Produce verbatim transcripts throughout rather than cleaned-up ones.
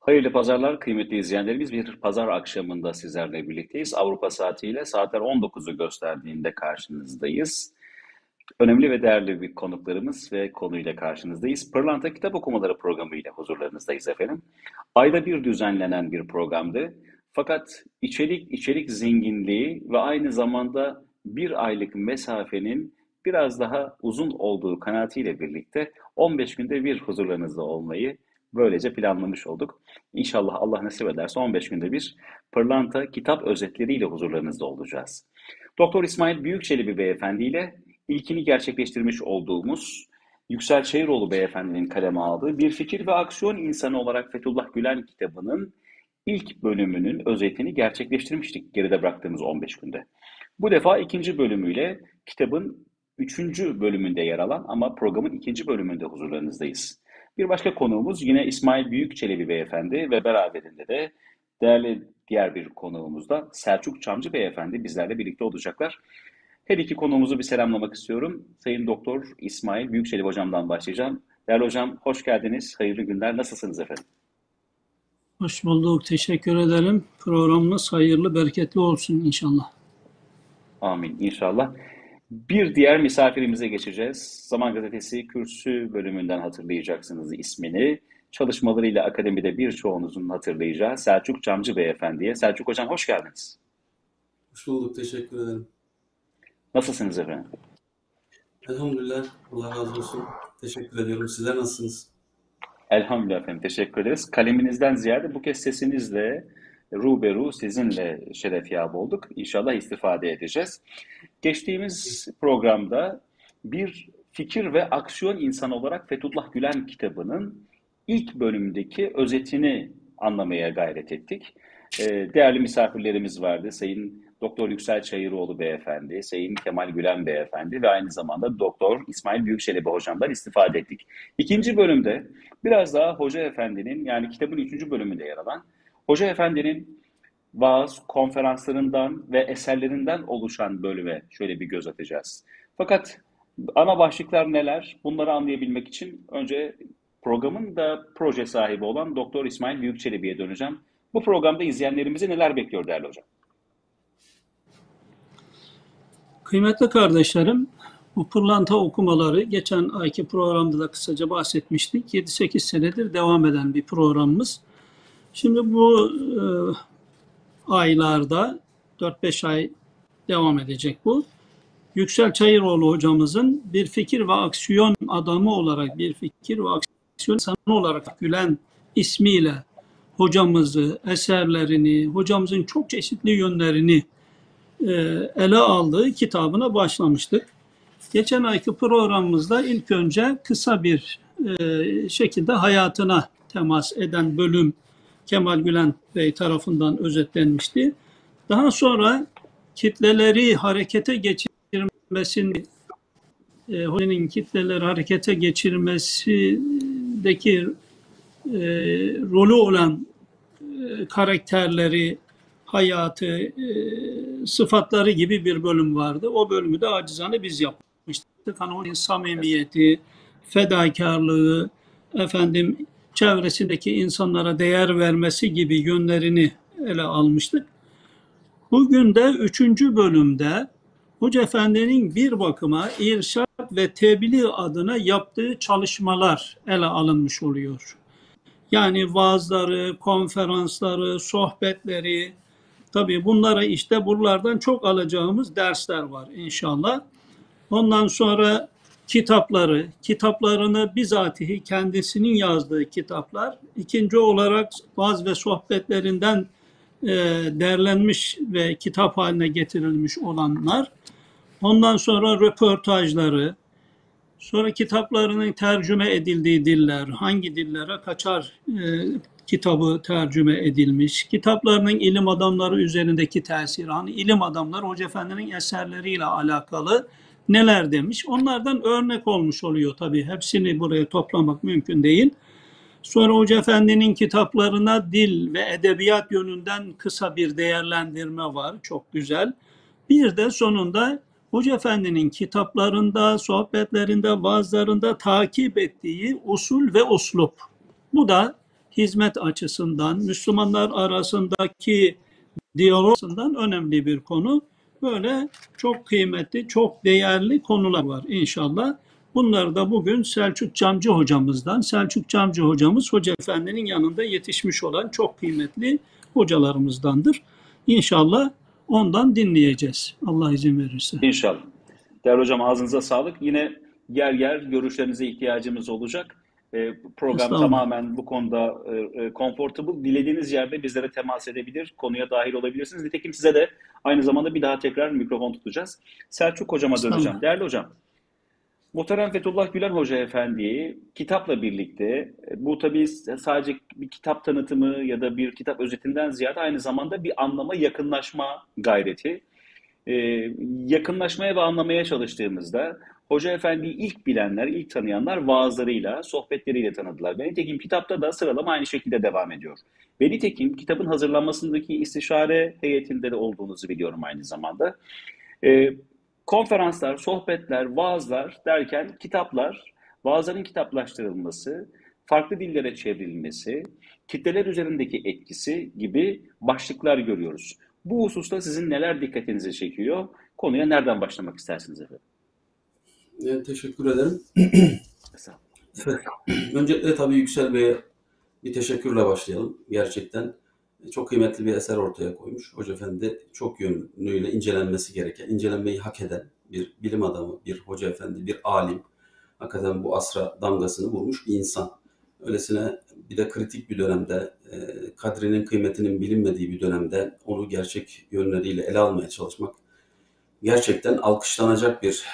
Hayırlı pazarlar kıymetli izleyenlerimiz. Bir pazar akşamında sizlerle birlikteyiz. Avrupa saatiyle saatler on dokuzu gösterdiğinde karşınızdayız. Önemli ve değerli bir konuklarımız ve konuyla karşınızdayız. Pırlanta Kitap Okumaları programıyla huzurlarınızdayız efendim. Ayda bir düzenlenen bir programdı. Fakat içerik, içerik zenginliği ve aynı zamanda bir aylık mesafenin biraz daha uzun olduğu kanaatiyle birlikte on beş günde bir huzurlarınızda olmayı böylece planlamış olduk. İnşallah Allah nasip ederse on beş günde bir Pırlanta kitap özetleriyle huzurlarınızda olacağız. Doktor İsmail Büyükçelebi Beyefendi ile ilkini gerçekleştirmiş olduğumuz Yüksel Çayıroğlu Beyefendinin kaleme aldığı Bir Fikir ve Aksiyon İnsanı olarak Fethullah Gülen kitabının ilk bölümünün özetini gerçekleştirmiştik geride bıraktığımız on beş günde. Bu defa ikinci bölümüyle kitabın üçüncü bölümünde yer alan ama programın ikinci bölümünde huzurlarınızdayız. Bir başka konuğumuz yine İsmail Büyükçelebi Beyefendi ve beraberinde de değerli diğer bir konuğumuz da Selçuk Çamcı Beyefendi bizlerle birlikte olacaklar. Her iki konuğumuzu bir selamlamak istiyorum. Sayın Doktor İsmail Büyükçelebi Hocam'dan başlayacağım. Değerli hocam hoş geldiniz. Hayırlı günler. Nasılsınız efendim? Hoş bulduk. Teşekkür ederim. Programımız hayırlı, bereketli olsun inşallah. Amin inşallah. Bir diğer misafirimize geçeceğiz. Zaman Gazetesi Kürsü bölümünden hatırlayacaksınız ismini. Çalışmalarıyla akademide birçoğunuzun hatırlayacağı Selçuk Çamcı Beyefendi'ye. Selçuk Hocam hoş geldiniz. Hoş bulduk. Teşekkür ederim. Nasılsınız efendim? Elhamdülillah. Allah razı olsun. Teşekkür ediyorum. Sizler nasılsınız? Elhamdülillah efendim. Teşekkür ederiz. Kaleminizden ziyade bu kez sesinizle ruberu sizinle şerefyab olduk. İnşallah istifade edeceğiz. Geçtiğimiz programda Bir Fikir ve Aksiyon İnsanı olarak Fethullah Gülen kitabının ilk bölümündeki özetini anlamaya gayret ettik. Ee, değerli misafirlerimiz vardı. Sayın Doktor Yüksel Çayıroğlu Beyefendi, Sayın Kemal Gülen Beyefendi ve aynı zamanda Doktor İsmail Büyükçelebi Hocam'dan istifade ettik. İkinci bölümde biraz daha Hoca Efendi'nin yani kitabın üçüncü bölümünde yer alan Hoca Efendi'nin vaaz, konferanslarından ve eserlerinden oluşan bölüme şöyle bir göz atacağız. Fakat ana başlıklar neler? Bunları anlayabilmek için önce programın da proje sahibi olan Doktor İsmail Büyükçelebi'ye döneceğim. Bu programda izleyenlerimizi neler bekliyor değerli hocam? Kıymetli kardeşlerim, bu pırlanta okumaları geçen ayki programda da kısaca bahsetmiştik. yedi sekiz senedir devam eden bir programımız. Şimdi bu e, aylarda dört beş ay devam edecek bu. Yüksel Çayıroğlu hocamızın Bir Fikir ve Aksiyon adamı olarak, Bir Fikir ve Aksiyon insanı olarak Gülen ismiyle hocamızı, eserlerini, hocamızın çok çeşitli yönlerini e, ele aldığı kitabına başlamıştık. Geçen ayki programımızda ilk önce kısa bir e, şekilde hayatına temas eden bölüm Kemal Gülen Bey tarafından özetlenmişti. Daha sonra kitleleri harekete geçirmesini, e, hocanın kitleleri harekete geçirmesindeki e, rolü olan e, karakterleri, hayatı, e, sıfatları gibi bir bölüm vardı. O bölümü de acizane biz yapmıştık. Hani onun samimiyeti, fedakarlığı, efendim çevresindeki insanlara değer vermesi gibi yönlerini ele almıştık. Bugün de üçüncü bölümde Hoca Efendi'nin bir bakıma irşad ve tebliğ adına yaptığı çalışmalar ele alınmış oluyor. Yani vaazları, konferansları, sohbetleri, tabii bunlara işte buralardan çok alacağımız dersler var inşallah. Ondan sonra kitapları, kitaplarını bizatihi kendisinin yazdığı kitaplar. İkinci olarak vaaz ve sohbetlerinden e, derlenmiş ve kitap haline getirilmiş olanlar. Ondan sonra röportajları, sonra kitaplarının tercüme edildiği diller, hangi dillere kaçar e, kitabı tercüme edilmiş, kitaplarının ilim adamları üzerindeki tesiri, hani ilim adamları Hoca Efendi'nin eserleriyle alakalı neler demiş, onlardan örnek olmuş oluyor tabii. Hepsini buraya toplamak mümkün değil. Sonra Hoca Efendi'nin kitaplarına dil ve edebiyat yönünden kısa bir değerlendirme var, çok güzel. Bir de sonunda Hoca Efendi'nin kitaplarında, sohbetlerinde, vaazlarında takip ettiği usul ve uslup. Bu da hizmet açısından, Müslümanlar arasındaki diyalog açısından önemli bir konu. Böyle çok kıymetli, çok değerli konular var inşallah. Bunları da bugün Selçuk Camcı hocamızdan, Selçuk Camcı hocamız Hoca Efendi'nin yanında yetişmiş olan çok kıymetli hocalarımızdandır. İnşallah ondan dinleyeceğiz. Allah izin verirse. İnşallah. Değerli hocam, ağzınıza sağlık. Yine yer yer görüşlerinize ihtiyacımız olacak. E, program tamamen bu konuda e, comfortable. Dilediğiniz yerde bizlere temas edebilir, konuya dahil olabilirsiniz. Nitekim size de aynı zamanda bir daha tekrar mikrofon tutacağız. Selçuk hocama döneceğim. Değerli hocam, muhterem Fethullah Gülen Hoca Efendi'yi kitapla birlikte, bu tabii sadece bir kitap tanıtımı ya da bir kitap özetinden ziyade aynı zamanda bir anlama, yakınlaşma gayreti. Ee, yakınlaşmaya ve anlamaya çalıştığımızda Hoca Efendi'yi ilk bilenler, ilk tanıyanlar vaazlarıyla, sohbetleriyle tanıdılar. Ve nitekim kitapta da sıralama aynı şekilde devam ediyor. Ve nitekim kitabın hazırlanmasındaki istişare heyetinde de olduğunuzu biliyorum aynı zamanda. Ee, konferanslar, sohbetler, vaazlar derken kitaplar, vaazların kitaplaştırılması, farklı dillere çevrilmesi, kitleler üzerindeki etkisi gibi başlıklar görüyoruz. Bu hususta sizin neler dikkatinizi çekiyor? Konuya nereden başlamak istersiniz efendim? Evet, teşekkür ederim. Sağ olun. Evet. Öncelikle tabii Yüksel Bey'e bir teşekkürle başlayalım. Gerçekten çok kıymetli bir eser ortaya koymuş. Hoca Efendi çok yönlüyle incelenmesi gereken, incelenmeyi hak eden bir bilim adamı, bir Hoca Efendi, bir alim. Hakikaten bu asra damgasını vurmuş bir insan. Öylesine bir de kritik bir dönemde, kadrinin kıymetinin bilinmediği bir dönemde onu gerçek yönleriyle ele almaya çalışmak gerçekten alkışlanacak bir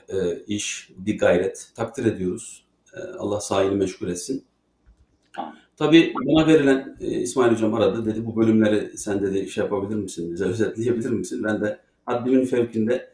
iş, bir gayret. Takdir ediyoruz. Allah sahili meşgul etsin. Tabii bana verilen, İsmail Hocam aradı, dedi bu bölümleri sen dedi şey yapabilir misin, bize özetleyebilir misin? Ben de haddimin fevkinde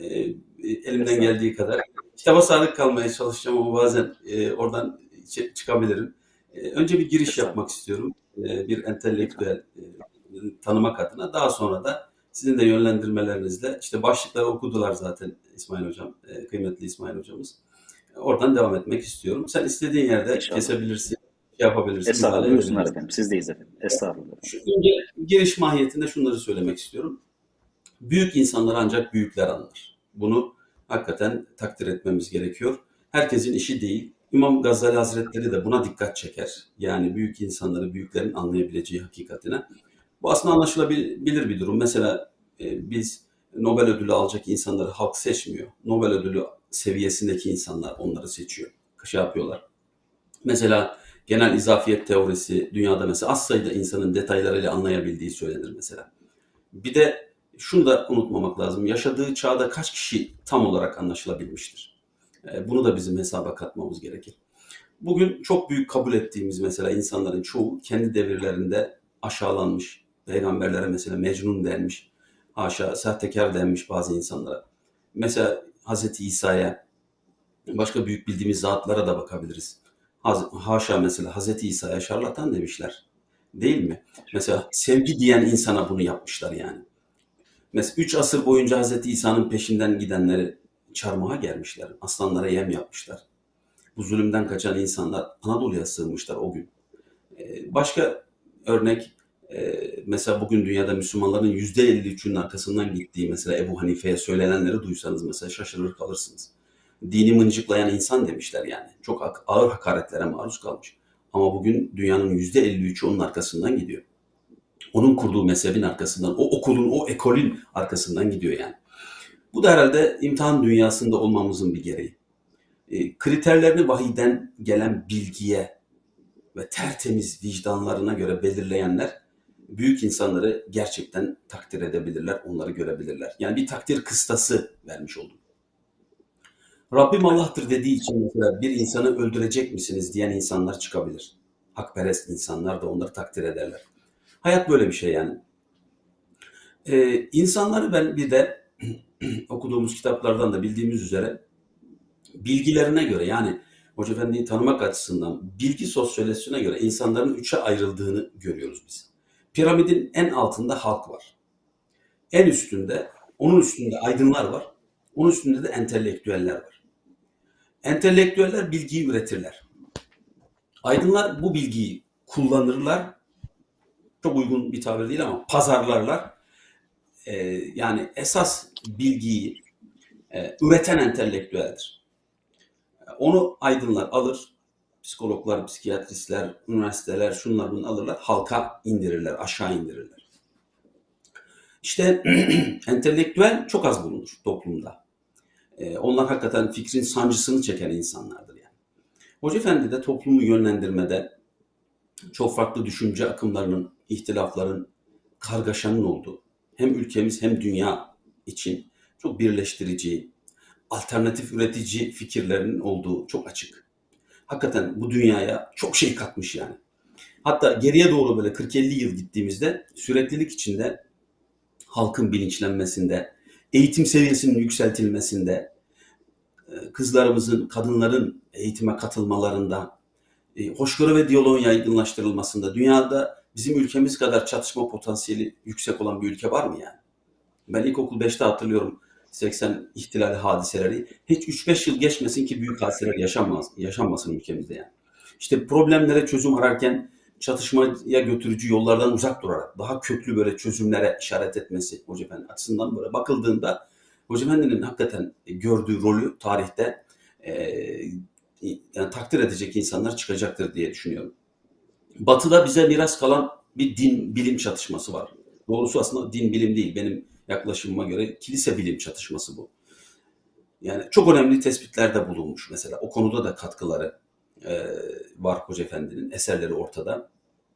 elimden geldiği kadar kitaba sadık kalmaya çalışacağım ama bazen oradan çıkabilirim. Önce bir giriş yapmak istiyorum. Bir entelektüel tanımak adına. Daha sonra da sizin de yönlendirmelerinizle işte başlıkları okudular zaten İsmail Hocam, kıymetli İsmail Hocamız. Oradan devam etmek istiyorum. Sen istediğin yerde İnşallah. Kesebilirsin, yapabilirsin. Estağfurullah, buyursunlar efendim. Sizdeyiz efendim. Estağfurullah. Şu önce giriş mahiyetinde şunları söylemek istiyorum. Büyük insanlar ancak büyükler anlar. Bunu hakikaten takdir etmemiz gerekiyor. Herkesin işi değil. İmam Gazali Hazretleri de buna dikkat çeker. Yani büyük insanları büyüklerin anlayabileceği hakikatine. Bu aslında anlaşılabilir bir durum. Mesela e, biz Nobel ödülü alacak insanları halk seçmiyor. Nobel ödülü seviyesindeki insanlar onları seçiyor. Şey yapıyorlar. Mesela genel izafiyet teorisi dünyada mesela az sayıda insanın detaylarıyla anlayabildiği söylenir mesela. Bir de şunu da unutmamak lazım. Yaşadığı çağda kaç kişi tam olarak anlaşılabilmiştir? Bunu da bizim hesaba katmamız gerekir. Bugün çok büyük kabul ettiğimiz mesela insanların çoğu kendi devirlerinde aşağılanmış. Peygamberlere mesela Mecnun denmiş. Haşa sahtekar denmiş bazı insanlara. Mesela Hazreti İsa'ya, başka büyük bildiğimiz zatlara da bakabiliriz. Haşa mesela Hazreti İsa'ya şarlatan demişler. Değil mi? Mesela sevgi diyen insana bunu yapmışlar yani. Mesela üç asır boyunca Hazreti İsa'nın peşinden gidenleri çarmıha germişler. Aslanlara yem yapmışlar. Bu zulümden kaçan insanlar Anadolu'ya sığınmışlar o gün. Başka örnek, mesela bugün dünyada Müslümanların yüzde elli üçünün arkasından gittiği mesela Ebu Hanife'ye söylenenleri duysanız mesela şaşırır kalırsınız. Dini mıncıklayan insan demişler yani. Çok ağır hakaretlere maruz kalmış. Ama bugün dünyanın yüzde elli üçü onun arkasından gidiyor. Onun kurduğu mezhebin arkasından, o okulun, o ekolün arkasından gidiyor yani. Bu da herhalde imtihan dünyasında olmamızın bir gereği. E, kriterlerini vahiyden gelen bilgiye ve tertemiz vicdanlarına göre belirleyenler büyük insanları gerçekten takdir edebilirler, onları görebilirler. Yani bir takdir kıstası vermiş oldum. Rabbim Allah'tır dediği için mesela bir insanı öldürecek misiniz diyen insanlar çıkabilir. Hakperest insanlar da onları takdir ederler. Hayat böyle bir şey yani. Ee, insanları ben bir de okuduğumuz kitaplardan da bildiğimiz üzere bilgilerine göre yani Hoca Efendi'yi tanımak açısından bilgi sosyolojisine göre insanların üçe ayrıldığını görüyoruz biz. Piramidin en altında halk var. En üstünde, onun üstünde aydınlar var. Onun üstünde de entelektüeller var. Entelektüeller bilgiyi üretirler. Aydınlar bu bilgiyi kullanırlar. Çok uygun bir tabir değil ama pazarlarlar. E, yani esas bilgiyi e, üreten entelektüeldir. Onu aydınlar alır, psikologlar, psikiyatristler, üniversiteler, şunlar bunu alırlar, halka indirirler, aşağı indirirler. İşte entelektüel çok az bulunur toplumda. Ee, onlar hakikaten fikrin sancısını çeken insanlardır yani. Hoca Efendi de toplumu yönlendirmede çok farklı düşünce akımlarının, ihtilafların, kargaşanın olduğu, hem ülkemiz hem dünya için çok birleştirici, alternatif üretici fikirlerinin olduğu çok açık. Hakikaten bu dünyaya çok şey katmış yani. Hatta geriye doğru böyle kırk elli yıl gittiğimizde süreklilik içinde halkın bilinçlenmesinde, eğitim seviyesinin yükseltilmesinde, kızlarımızın, kadınların eğitime katılmalarında, hoşgörü ve diyaloğun yaygınlaştırılmasında, dünyada bizim ülkemiz kadar çatışma potansiyeli yüksek olan bir ülke var mı yani? Ben ilkokul beşte hatırlıyorum seksen ihtilali hadiseleri. Hiç üç beş yıl geçmesin ki büyük hadiseler yaşanmaz, yaşanmasın ülkemizde yani. İşte problemlere çözüm ararken çatışmaya götürücü yollardan uzak durarak daha köklü böyle çözümlere işaret etmesi Hoca Efendi açısından böyle bakıldığında Hoca Efendi'nin hakikaten gördüğü rolü tarihte e, yani takdir edecek insanlar çıkacaktır diye düşünüyorum. Batı'da bize miras kalan bir din bilim çatışması var. Doğrusu aslında din bilim değil, benim yaklaşımıma göre kilise bilim çatışması bu. Yani çok önemli tespitlerde bulunmuş mesela. O konuda da katkıları e, var Hoca Efendi'nin, eserleri ortada.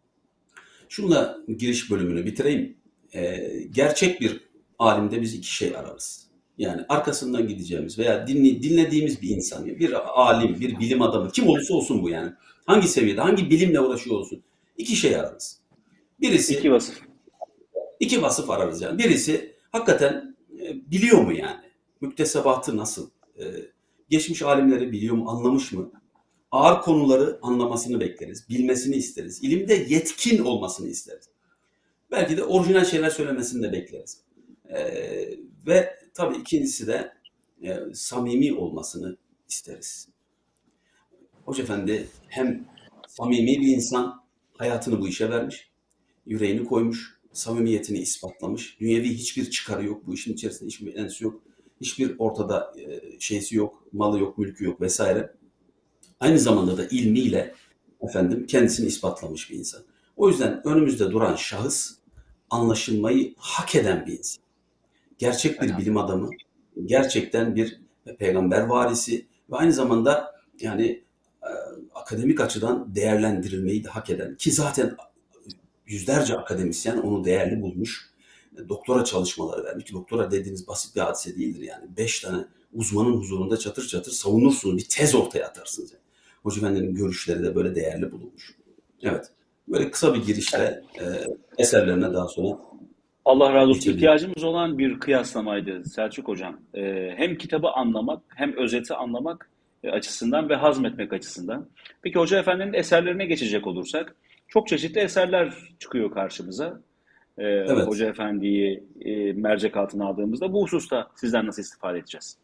Şunla giriş bölümünü bitireyim. E, gerçek bir alimde biz iki şey ararız. Yani arkasından gideceğimiz veya dinli, dinlediğimiz bir insan, bir alim, bir bilim adamı, kim olursa olsun bu yani. Hangi seviyede, hangi bilimle uğraşıyor olsun. İki şey ararız. Birisi, İki vasıf. iki vasıf ararız yani. Birisi hakikaten e, biliyor mu yani? Müktesebatı nasıl? E, geçmiş alimleri biliyor mu, anlamış mı? Ağır konuları anlamasını bekleriz, bilmesini isteriz. İlimde yetkin olmasını isteriz. Belki de orijinal şeyler söylemesini de bekleriz. Ee, ve tabii ikincisi de e, samimi olmasını isteriz. Hoca Efendi hem samimi bir insan, hayatını bu işe vermiş, yüreğini koymuş, samimiyetini ispatlamış. Dünyevi hiçbir çıkarı yok, bu işin içerisinde hiçbir ensi yok, hiçbir ortada e, şeysi yok, malı yok, mülkü yok vesaire. Aynı zamanda da ilmiyle efendim kendisini ispatlamış bir insan. O yüzden önümüzde duran şahıs anlaşılmayı hak eden bir insan. Gerçek bir bilim adamı, gerçekten bir peygamber varisi ve aynı zamanda yani e, akademik açıdan değerlendirilmeyi de hak eden ki zaten yüzlerce akademisyen onu değerli bulmuş. Doktora çalışmaları vermiş ki doktora dediğiniz basit bir hadise değildir yani. Beş tane uzmanın huzurunda çatır çatır savunursunuz, bir tez ortaya atarsınız. Yani. Hoca Efendi'nin görüşleri de böyle değerli bulunmuş. Evet, böyle kısa bir girişle e, eserlerine daha sonra Allah razı olsun. geçebiliriz. İhtiyacımız olan bir kıyaslamaydı Selçuk Hocam. Ee, hem kitabı anlamak hem özeti anlamak e, açısından ve hazmetmek açısından. Peki Hoca Efendi'nin eserlerine geçecek olursak çok çeşitli eserler çıkıyor karşımıza. Ee, Evet, Hoca Efendi'yi e, mercek altına aldığımızda bu hususta sizden nasıl istifade edeceğiz?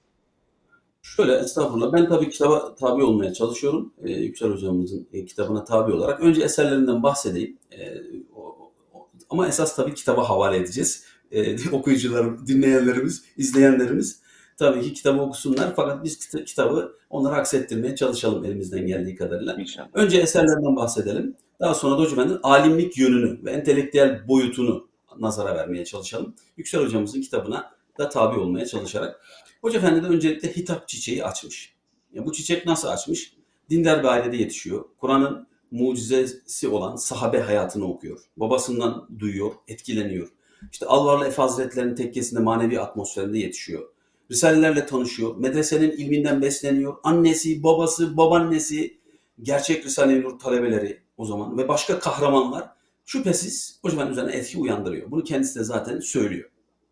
şöyle estağfurullah. Ben tabii kitaba tabi olmaya çalışıyorum. Ee, Yüksel Hocamızın e, kitabına tabi olarak. Önce eserlerinden bahsedeyim. Ee, o, o, ama esas tabii kitaba havale edeceğiz. Ee, okuyucular, dinleyenlerimiz, izleyenlerimiz tabii ki kitabı okusunlar. Fakat biz kita- kitabı onlara aksettirmeye çalışalım elimizden geldiği kadarıyla. İnşallah. Önce eserlerinden bahsedelim. Daha sonra da Hoca Efendi'nin alimlik yönünü ve entelektüel boyutunu nazara vermeye çalışalım. Yüksel Hocamızın kitabına da tabi olmaya çalışarak. Hoca Efendi de öncelikle hitap çiçeği açmış. Ya bu çiçek nasıl açmış? Dindar bir ailede yetişiyor. Kur'an'ın mucizesi olan sahabe hayatını okuyor. Babasından duyuyor, etkileniyor. İşte Alvarlı Efe Hazretleri'nin tekkesinde manevi atmosferinde yetişiyor. Risalelerle tanışıyor. Medresenin ilminden besleniyor. Annesi, babası, babaannesi, gerçek Risale-i Nur talebeleri o zaman ve başka kahramanlar şüphesiz Hoca Efendi üzerine etki uyandırıyor. Bunu kendisi de zaten söylüyor.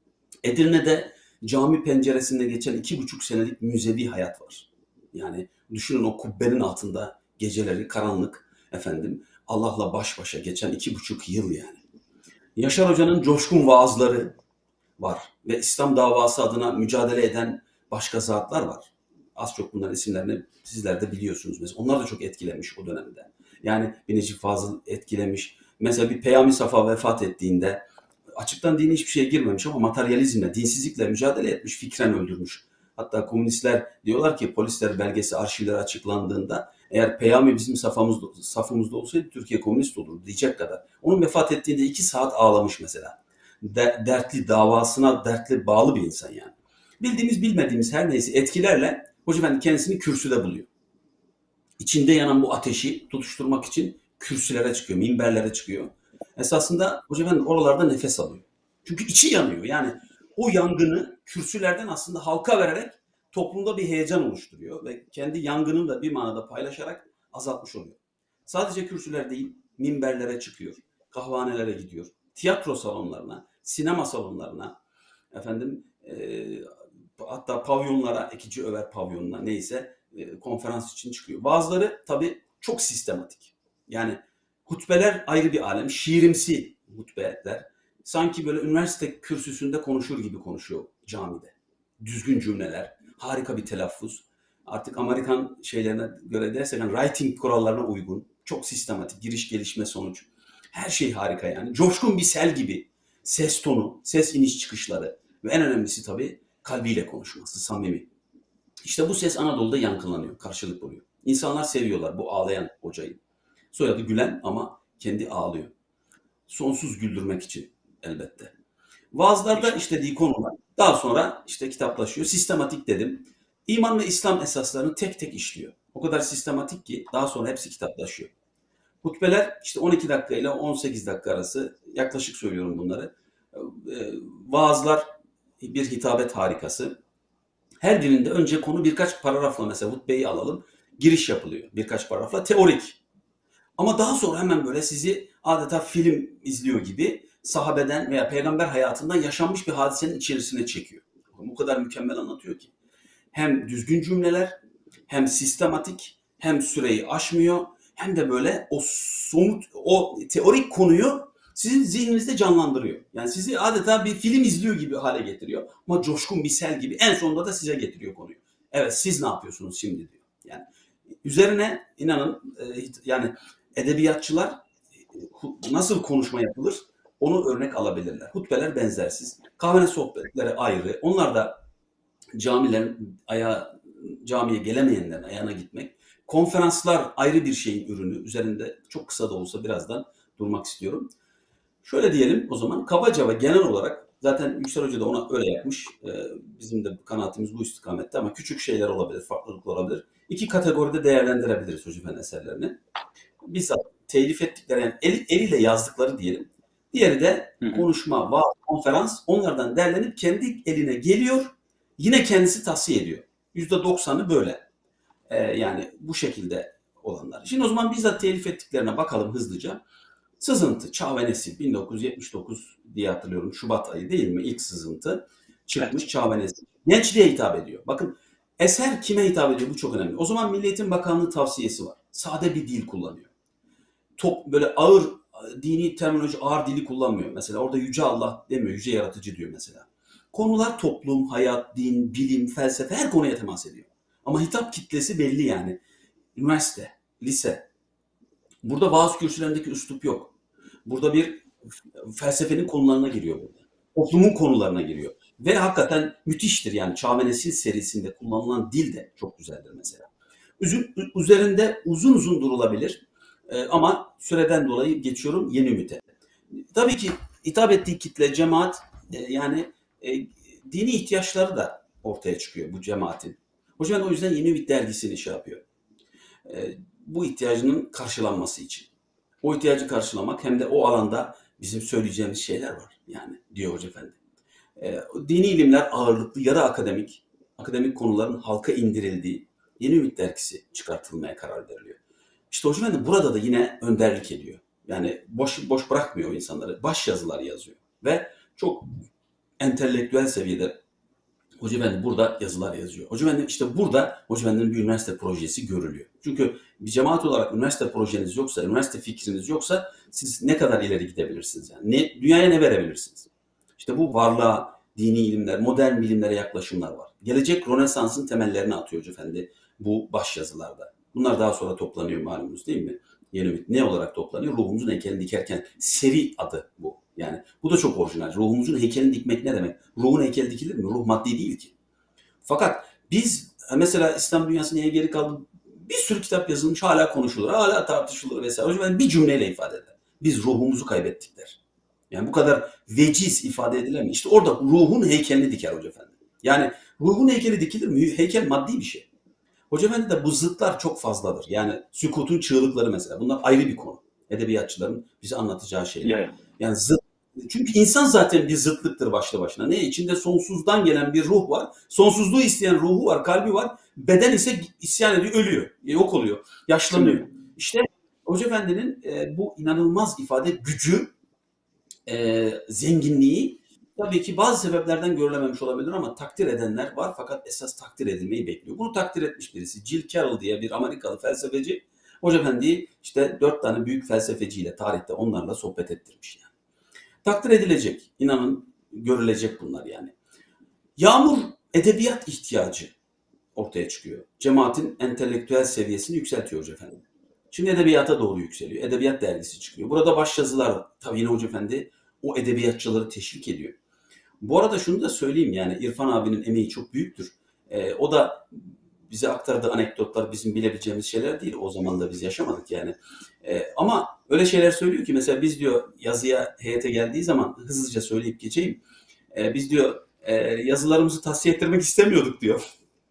Edirne'de cami penceresinde geçen iki buçuk senelik müzevi hayat var. Yani düşünün o kubbenin altında geceleri karanlık efendim Allah'la baş başa geçen iki buçuk yıl yani. Yaşar Hoca'nın coşkun vaazları var ve İslam davası adına mücadele eden başka zatlar var. Az çok bunların isimlerini sizler de biliyorsunuz. Mesela onlar da çok etkilemiş o dönemde. Yani bir Necip Fazıl etkilemiş. Mesela bir Peyami Safa vefat ettiğinde açıktan dini hiçbir şeye girmemiş ama materyalizmle, dinsizlikle mücadele etmiş, fikren öldürmüş. Hatta komünistler diyorlar ki polisler belgesi, arşivleri açıklandığında eğer Peyami bizim safımızda, safımızda olsaydı Türkiye komünist olurdu diyecek kadar. Onun vefat ettiğinde iki saat ağlamış mesela. De, dertli, davasına dertli bağlı bir insan yani. Bildiğimiz bilmediğimiz her neyse etkilerle Hoca Efendi kendisini kürsüde buluyor. İçinde yanan bu ateşi tutuşturmak için kürsülere çıkıyor, minberlere çıkıyor. Esasında Hoca Efendi oralarda nefes alıyor. Çünkü içi yanıyor. Yani o yangını kürsülerden aslında halka vererek toplumda bir heyecan oluşturuyor ve kendi yangınını da bir manada paylaşarak azaltmış oluyor. Sadece kürsüler değil, minberlere çıkıyor, kahvehanelere gidiyor, tiyatro salonlarına, sinema salonlarına, efendim e, hatta pavyonlara, Ekici Över pavyonuna neyse e, konferans için çıkıyor. Bazıları tabii çok sistematik. Yani hutbeler ayrı bir alem, şiirimsi hutbeler. Sanki böyle üniversite kürsüsünde konuşur gibi konuşuyor camide. Düzgün cümleler, harika bir telaffuz. Artık Amerikan şeylerine göre dersek yani writing kurallarına uygun, çok sistematik, giriş gelişme sonuç. Her şey harika yani. Coşkun bir sel gibi ses tonu, ses iniş çıkışları ve en önemlisi tabii kalbiyle konuşması, samimi. İşte bu ses Anadolu'da yankılanıyor, karşılık buluyor. İnsanlar seviyorlar bu ağlayan hocayı. Soyadı Gülen ama kendi ağlıyor. Sonsuz güldürmek için elbette. Vaazlarda işlediği konular daha sonra işte kitaplaşıyor. Sistematik dedim. İman ve İslam esaslarını tek tek işliyor. O kadar sistematik ki daha sonra hepsi kitaplaşıyor. Hutbeler işte on iki dakika ile on sekiz dakika arası, yaklaşık söylüyorum bunları. Vaazlar bir hitabet harikası. Her birinde önce konu birkaç paragrafla, mesela hutbeyi alalım, giriş yapılıyor birkaç paragrafla, teorik. Ama daha sonra hemen böyle sizi adeta film izliyor gibi sahabeden veya peygamber hayatından yaşanmış bir hadisenin içerisine çekiyor. O kadar mükemmel anlatıyor ki. Hem düzgün cümleler, hem sistematik, hem süreyi aşmıyor, hem de böyle o somut, o teorik konuyu sizin zihninizde canlandırıyor. Yani sizi adeta bir film izliyor gibi hale getiriyor. Ama coşkun bir sel gibi en sonunda da size getiriyor konuyu. Evet, siz ne yapıyorsunuz şimdi diyor. Yani üzerine inanın yani edebiyatçılar nasıl konuşma yapılır onu örnek alabilirler. Hutbeler benzersiz. Kahvene sohbetleri ayrı. Onlar da camilerin ayağı, camiye gelemeyenlerin ayağına gitmek. Konferanslar ayrı bir şeyin ürünü. Üzerinde çok kısa da olsa birazdan durmak istiyorum. Şöyle diyelim o zaman, kabaca ve genel olarak zaten Yüksel Hoca da ona öyle yapmış. Bizim de kanaatimiz bu istikamette ama küçük şeyler olabilir, farklılıklar olabilir. İki kategoride değerlendirebiliriz Hoca Efendi eserlerini. Bizzat telif ettikleri, yani el, eliyle yazdıkları diyelim. Diğeri de konuşma, vaaz, konferans, onlardan derlenip kendi eline geliyor. Yine kendisi tahsiye ediyor. yüzde doksanı böyle. Ee, yani bu şekilde olanlar. Şimdi o zaman bizzat telif ettiklerine bakalım hızlıca. Sızıntı, Çağ ve Nesil, bin dokuz yüz yetmiş dokuz diye hatırlıyorum. Şubat ayı değil mi? İlk sızıntı çıkmış, Çağ ve Nesil. Gençliğe hitap ediyor. Bakın eser kime hitap ediyor? Bu çok önemli. O zaman Milli Eğitim Bakanlığı tavsiyesi var. Sade bir dil kullanıyor. Top, böyle ağır dini terminoloji, ağır dili kullanmıyor. Mesela orada Yüce Allah demiyor, Yüce Yaratıcı diyor mesela. Konular toplum, hayat, din, bilim, felsefe, her konuya temas ediyor. Ama hitap kitlesi belli yani. Üniversite, lise. Burada vaaz kürsülerindeki üslup yok. Burada bir felsefenin konularına giriyor burada. Toplumun konularına giriyor. Ve hakikaten müthiştir yani. Çağ ve Nesil serisinde kullanılan dil de çok güzeldir mesela. Üzerinde uzun uzun durulabilir. Ee, ama süreden dolayı geçiyorum Yeni Ümit'e. Tabii ki hitap ettiği kitle, cemaat, e, yani e, dini ihtiyaçları da ortaya çıkıyor bu cemaatin. Hocam o yüzden Yeni Ümit dergisini şey yapıyor. E, bu ihtiyacının karşılanması için. O ihtiyacı karşılamak hem de o alanda bizim söyleyeceğimiz şeyler var yani diyor Hoca Efendi. E, dini ilimler ağırlıklı ya da akademik, akademik konuların halka indirildiği Yeni Ümit dergisi çıkartılmaya karar veriliyor. İşte Hoca Efendi burada da yine önderlik ediyor. Yani boş boş bırakmıyor insanları. Baş yazılar yazıyor. Ve çok entelektüel seviyede Hoca Efendi burada yazılar yazıyor. Hoca Efendi işte burada Hoca Efendi'nin bir üniversite projesi görülüyor. Çünkü bir cemaat olarak üniversite projeniz yoksa, üniversite fikriniz yoksa siz ne kadar ileri gidebilirsiniz? Yani ne, dünyaya ne verebilirsiniz? İşte bu varlığa, dini ilimler, modern bilimlere yaklaşımlar var. Gelecek Rönesans'ın temellerini atıyor Hoca Efendi bu başyazılarda. Bunlar daha sonra toplanıyor malumunuz değil mi? Yeni ümit ne olarak toplanıyor? Ruhumuzun heykelini dikerken, seri adı bu. Yani bu da çok orijinal. Ruhumuzun heykelini dikmek ne demek? Ruhun heykeli dikilir mi? Ruh maddi değil ki. Fakat biz mesela İslam dünyası niye geri kaldı? Bir sürü kitap yazılmış, hala konuşulur, hala tartışılır vesaire. Hoca Efendi bir cümleyle ifade eder. Biz ruhumuzu kaybettik der. Yani bu kadar veciz ifade edilemiyor. İşte orada ruhun heykelini diker Hoca Efendi. Yani ruhun heykeli dikilir mi? Heykel maddi bir şey. Hoca Efendi de bu zıtlar çok fazladır. Yani sükutun çığlıkları mesela. Bunlar ayrı bir konu. Edebiyatçıların bize anlatacağı şeyler. Ya, Yani zıt. Çünkü insan zaten bir zıtlıktır başlı başına. Ne? İçinde sonsuzdan gelen bir ruh var. Sonsuzluğu isteyen ruhu var, kalbi var. Beden ise isyan ediyor, ölüyor. Yok oluyor, yaşlanıyor. İşte Hoca Efendi'nin e, bu inanılmaz ifade gücü, e, zenginliği tabii ki bazı sebeplerden görülememiş olabilir ama takdir edenler var fakat esas takdir edilmeyi bekliyor. Bunu takdir etmiş birisi. Jill Carroll diye bir Amerikalı felsefeci Hoca Efendi'yi işte dört tane büyük felsefeciyle tarihte onlarla sohbet ettirmiş yani. Takdir edilecek, inanın görülecek bunlar yani. Yağmur edebiyat ihtiyacı ortaya çıkıyor. Cemaatin entelektüel seviyesini yükseltiyor Hoca Efendi. Şimdi edebiyata doğru yükseliyor. Edebiyat dergisi çıkıyor. Burada başyazılar, tabii yine Hoca Efendi o edebiyatçıları teşvik ediyor. Bu arada şunu da söyleyeyim yani İrfan abinin emeği çok büyüktür. Ee, o da bize aktardığı anekdotlar bizim bilebileceğimiz şeyler değil. O zaman da biz yaşamadık yani. Ee, ama öyle şeyler söylüyor ki mesela biz diyor yazıya heyete geldiği zaman hızlıca söyleyip geçeyim. Ee, biz diyor e, yazılarımızı tahsiye ettirmek istemiyorduk diyor.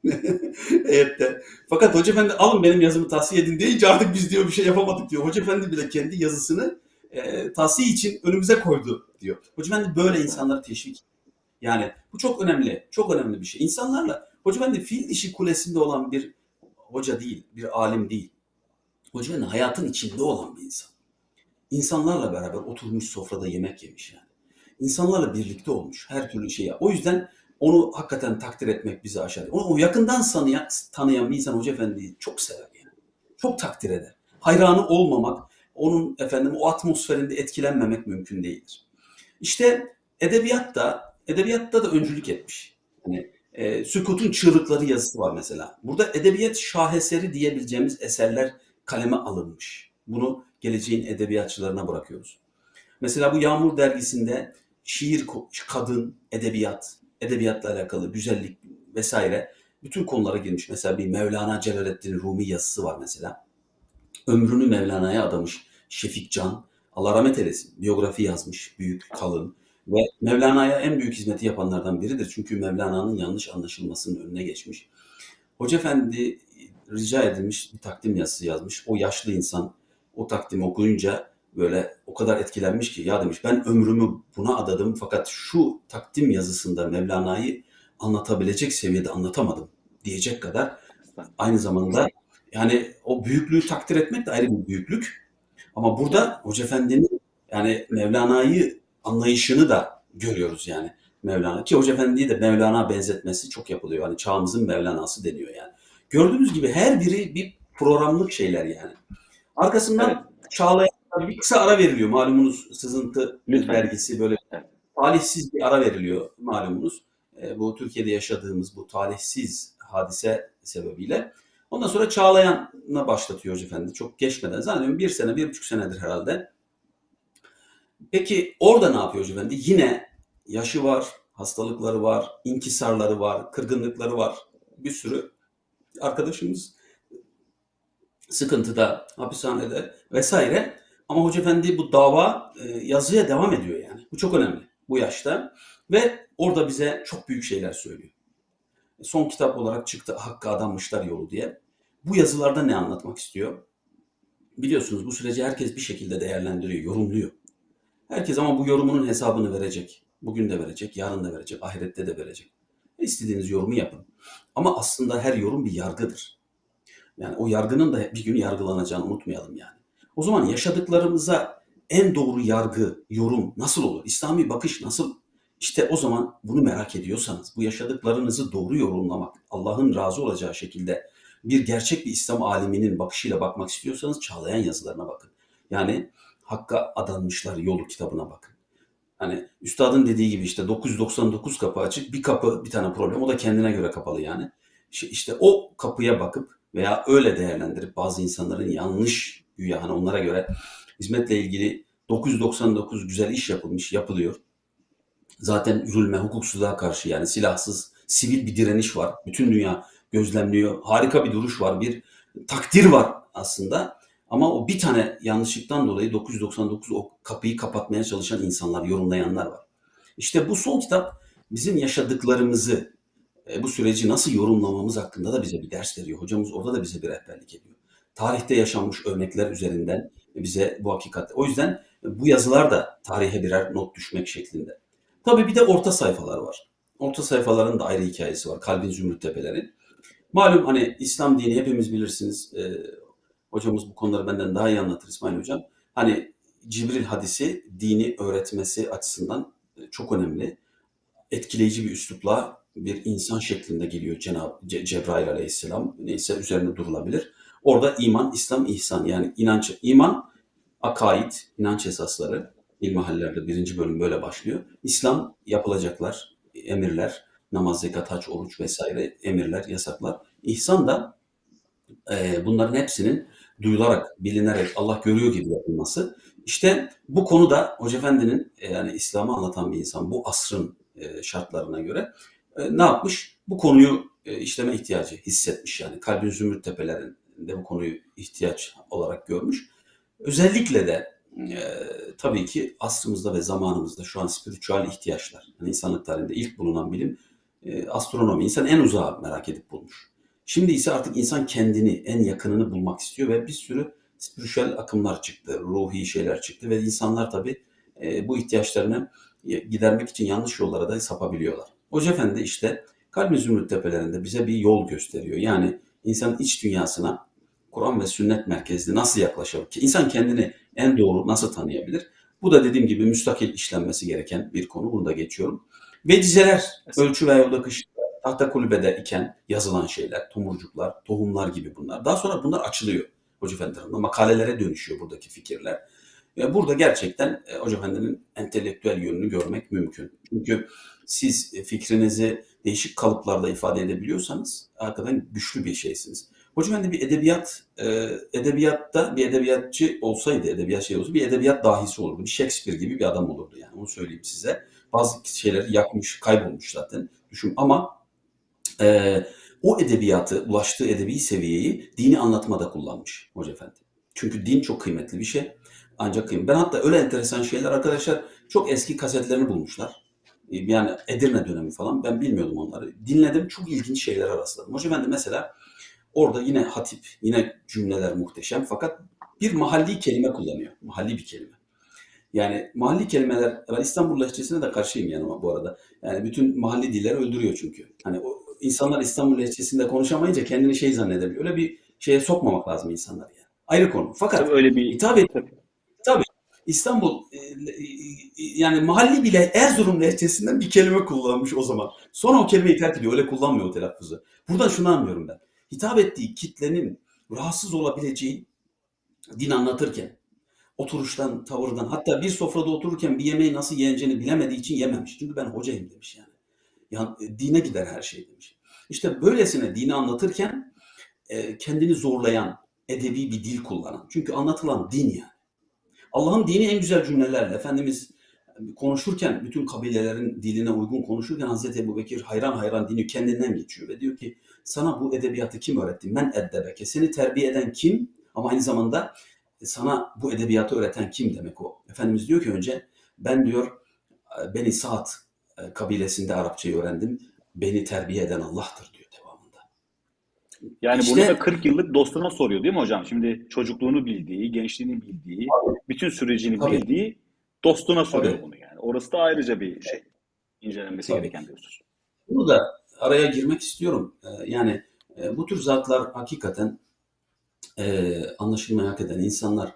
Heyette. Fakat Hoca Efendi alın benim yazımı tahsiye edin deyince artık biz diyor bir şey yapamadık diyor. Hoca Efendi bile kendi yazısını e, tahsiye için önümüze koydu diyor. Hoca Efendi böyle insanları teşvik. Yani bu çok önemli, çok önemli bir şey. İnsanlarla, Hoca Efendi fil dişi kulesinde olan bir hoca değil, bir alim değil. Hoca Efendi hayatın içinde olan bir insan. İnsanlarla beraber oturmuş sofrada yemek yemiş yani. İnsanlarla birlikte olmuş her türlü şeye. O yüzden onu hakikaten takdir etmek bizi aşar. Onu o yakından tanıyan, tanıyan bir insan Hoca Efendi'yi çok sever yani. Çok takdir eder. Hayranı olmamak, onun efendim o atmosferinde etkilenmemek mümkün değildir. İşte edebiyat da edebiyatta da öncülük etmiş. Yani e, Sükut'un Çığlıkları yazısı var mesela. Burada edebiyat şaheseri diyebileceğimiz eserler kaleme alınmış. Bunu geleceğin edebiyatçılarına bırakıyoruz. Mesela bu Yağmur dergisinde şiir, kadın, edebiyat, edebiyatla alakalı güzellik vesaire bütün konulara girmiş. Mesela bir Mevlana Celaleddin Rumi yazısı var mesela. Ömrünü Mevlana'ya adamış Şefik Can. Allah rahmet eylesin. Biyografi yazmış. Büyük, kalın. Ve Mevlana'ya en büyük hizmeti yapanlardan biridir. Çünkü Mevlana'nın yanlış anlaşılmasının önüne geçmiş. Hoca Efendi rica edilmiş bir takdim yazısı yazmış. O yaşlı insan o takdimi okuyunca böyle o kadar etkilenmiş ki ya demiş ben ömrümü buna adadım fakat şu takdim yazısında Mevlana'yı anlatabilecek seviyede anlatamadım diyecek kadar aynı zamanda yani o büyüklüğü takdir etmek de ayrı bir büyüklük. Ama burada Hoca Efendi'nin yani Mevlana'yı anlayışını da görüyoruz yani Mevlana. Ki Hoca Efendi'yi de Mevlana benzetmesi çok yapılıyor. Hani çağımızın Mevlana'sı deniyor yani. Gördüğünüz gibi her biri bir programlık şeyler yani. Arkasından evet. Çağlayan bir kısa ara veriliyor malumunuz Sızıntı Lütfen. Dergisi böyle evet. Talihsiz bir ara veriliyor malumunuz. E, bu Türkiye'de yaşadığımız bu talihsiz hadise sebebiyle. Ondan sonra Çağlayan'a başlatıyor Hoca Efendi. Çok geçmeden zannediyorum bir sene, bir buçuk senedir herhalde. Peki orada ne yapıyor Hoca Efendi? Yine yaşı var, hastalıkları var, inkisarları var, kırgınlıkları var. Bir sürü arkadaşımız sıkıntıda, hapishanede vesaire. Ama Hoca Efendi bu dava e, yazıya devam ediyor yani. Bu çok önemli bu yaşta. Ve orada bize çok büyük şeyler söylüyor. Son kitap olarak çıktı Hakk'a Adanmışlar Yolu diye. Bu yazılarda ne anlatmak istiyor? Biliyorsunuz bu süreci herkes bir şekilde değerlendiriyor, yorumluyor. Herkes ama bu yorumunun hesabını verecek. Bugün de verecek, yarın da verecek, ahirette de verecek. İstediğiniz yorumu yapın. Ama aslında her yorum bir yargıdır. Yani o yargının da bir gün yargılanacağını unutmayalım yani. O zaman yaşadıklarımıza en doğru yargı, yorum nasıl olur? İslami bakış nasıl? İşte o zaman bunu merak ediyorsanız, bu yaşadıklarınızı doğru yorumlamak, Allah'ın razı olacağı şekilde bir gerçek bir İslam aliminin bakışıyla bakmak istiyorsanız Çağlayan yazılarına bakın. Yani Hakk'a Adanmışlar Yolu kitabına bakın. Hani üstadın dediği gibi işte dokuz yüz doksan dokuz kapı açık, bir kapı bir tane problem. O da kendine göre kapalı yani. İşte işte o kapıya bakıp veya öyle değerlendirip bazı insanların yanlış güya hani onlara göre hizmetle ilgili dokuz yüz doksan dokuz güzel iş yapılmış, yapılıyor. Zaten zulme, hukuksuzluğa karşı yani silahsız, sivil bir direniş var. Bütün dünya gözlemliyor. Harika bir duruş var, bir takdir var aslında. Ama o bir tane yanlışlıktan dolayı dokuz yüz doksan dokuz o kapıyı kapatmaya çalışan insanlar, yorumlayanlar var. İşte bu son kitap bizim yaşadıklarımızı, e, bu süreci nasıl yorumlamamız hakkında da bize bir ders veriyor. Hocamız orada da bize bir rehberlik ediyor. Tarihte yaşanmış örnekler üzerinden bize bu hakikat. O yüzden bu yazılar da tarihe birer not düşmek şeklinde. Tabii bir de orta sayfalar var. Orta sayfaların da ayrı hikayesi var. Kalbin Zümrüt Tepeleri. Malum hani İslam dini hepimiz bilirsiniz. Ee, hocamız bu konuları benden daha iyi anlatır İsmail Hocam. Hani Cibril hadisi dini öğretmesi açısından çok önemli. Etkileyici bir üslupla bir insan şeklinde geliyor Cenab-ı Ce- Cebrail Aleyhisselam. Neyse üzerine durulabilir. Orada iman, İslam, ihsan yani inanç, iman, akaid, inanç esasları ilmihallerde birinci bölüm böyle başlıyor. İslam yapılacaklar, emirler, namaz, zekat, hac, oruç vesaire emirler, yasaklar. İhsan da e, bunların hepsinin duyularak, bilinerek Allah görüyor gibi yapılması. İşte bu konuda Hoca Efendi'nin e, yani İslam'ı anlatan bir insan bu asrın e, şartlarına göre e, ne yapmış? Bu konuyu e, işleme ihtiyacı hissetmiş yani. Kalbin Zümrüt Tepelerinde bu konuyu ihtiyaç olarak görmüş. Özellikle de e, tabii ki asrımızda ve zamanımızda şu an spiritüel ihtiyaçlar. Yani insanlık tarihinde ilk bulunan bilim e, astronomi. İnsan en uzağı merak edip bulmuş. Şimdi ise artık insan kendini, en yakınını bulmak istiyor ve bir sürü spiritüel akımlar çıktı, ruhi şeyler çıktı ve insanlar tabii e, bu ihtiyaçlarını e, gidermek için yanlış yollara da sapabiliyorlar. Hoca Efendi işte Kalbi Zümrüt Tepelerinde bize bir yol gösteriyor. Yani insanın iç dünyasına Kur'an ve sünnet merkezli nasıl yaklaşabilir ki? İnsan kendini en doğru nasıl tanıyabilir? Bu da dediğim gibi müstakil işlenmesi gereken bir konu. Bunu da geçiyorum. Vecizeler, ölçü ve yolda kış, tahta kulübede iken yazılan şeyler, tomurcuklar, tohumlar gibi bunlar. Daha sonra bunlar açılıyor Hoca Efendi tarafından. Makalelere dönüşüyor buradaki fikirler. Ve burada gerçekten e, Hoca Efendi'nin entelektüel yönünü görmek mümkün. Çünkü siz e, fikrinizi değişik kalıplarda ifade edebiliyorsanız hakikaten güçlü bir şeysiniz. Hoca Efendi bir edebiyat, e, edebiyatta bir edebiyatçı olsaydı, edebiyat şey olsa bir edebiyat dahisi olurdu. Bir Shakespeare gibi bir adam olurdu yani onu söyleyeyim size. Bazı şeyleri yakmış, kaybolmuş zaten. Düşün ama e, o edebiyatı, ulaştığı edebi seviyeyi dini anlatmada kullanmış Hoca Efendi. Çünkü din çok kıymetli bir şey. Ancak kıymetli. Ben hatta öyle enteresan şeyler arkadaşlar çok eski kasetlerini bulmuşlar. E, Yani Edirne dönemi falan ben bilmiyordum onları. Dinledim çok ilginç şeylere rastladım. Hoca Efendi mesela orada yine hatip, yine cümleler muhteşem fakat bir mahalli kelime kullanıyor. Mahalli bir kelime. Yani mahalli kelimeler, ben İstanbul lehçesine de karşıyım yani bu arada. Yani bütün mahalli dilleri öldürüyor çünkü. Hani o insanlar İstanbul lehçesinde konuşamayınca kendini şey zannedebiliyor. Öyle bir şeye sokmamak lazım insanları yani. Ayrı konu. Tabii Fakat öyle bir hitap et, tabii. tabii İstanbul e, e, yani mahalli bile Erzurum lehçesinden bir kelime kullanmış o zaman. Sonra o kelimeyi terk ediyor. Öyle kullanmıyor o telaffuzu. Buradan şunu anlıyorum ben. Hitap ettiği kitlenin rahatsız olabileceği din anlatırken oturuştan, tavırdan hatta bir sofrada otururken bir yemeği nasıl yeneceğini bilemediği için yememiş. Çünkü ben hocayım demiş yani. Yani dine gider her şey demiş. İşte böylesine dini anlatırken e, kendini zorlayan, edebi bir dil kullanan. Çünkü anlatılan din yani. Allah'ın dini en güzel cümlelerle. Efendimiz konuşurken bütün kabilelerin diline uygun konuşurken Hazreti Ebubekir hayran hayran dinliyor. Kendinden geçiyor ve diyor ki sana bu edebiyatı kim öğretti? Men eddebeke. Seni terbiye eden kim? Ama aynı zamanda sana bu edebiyatı öğreten kim demek o? Efendimiz diyor ki önce ben diyor Beni Sa'd kabilesinde Arapçayı öğrendim. Beni terbiye eden Allah'tır diyor devamında. Yani bunu da İşte kırk yıllık dostuna soruyor değil mi hocam? Şimdi çocukluğunu bildiği, gençliğini bildiği, bütün sürecini tabii bildiği dostuna soruyor tabii bunu yani. Orası da ayrıca bir şey. İncelenmesi tabii. gereken bir husus. Bunu da araya girmek istiyorum. Ee, yani e, bu tür zatlar hakikaten e, anlaşılmayı hak eden insanlar.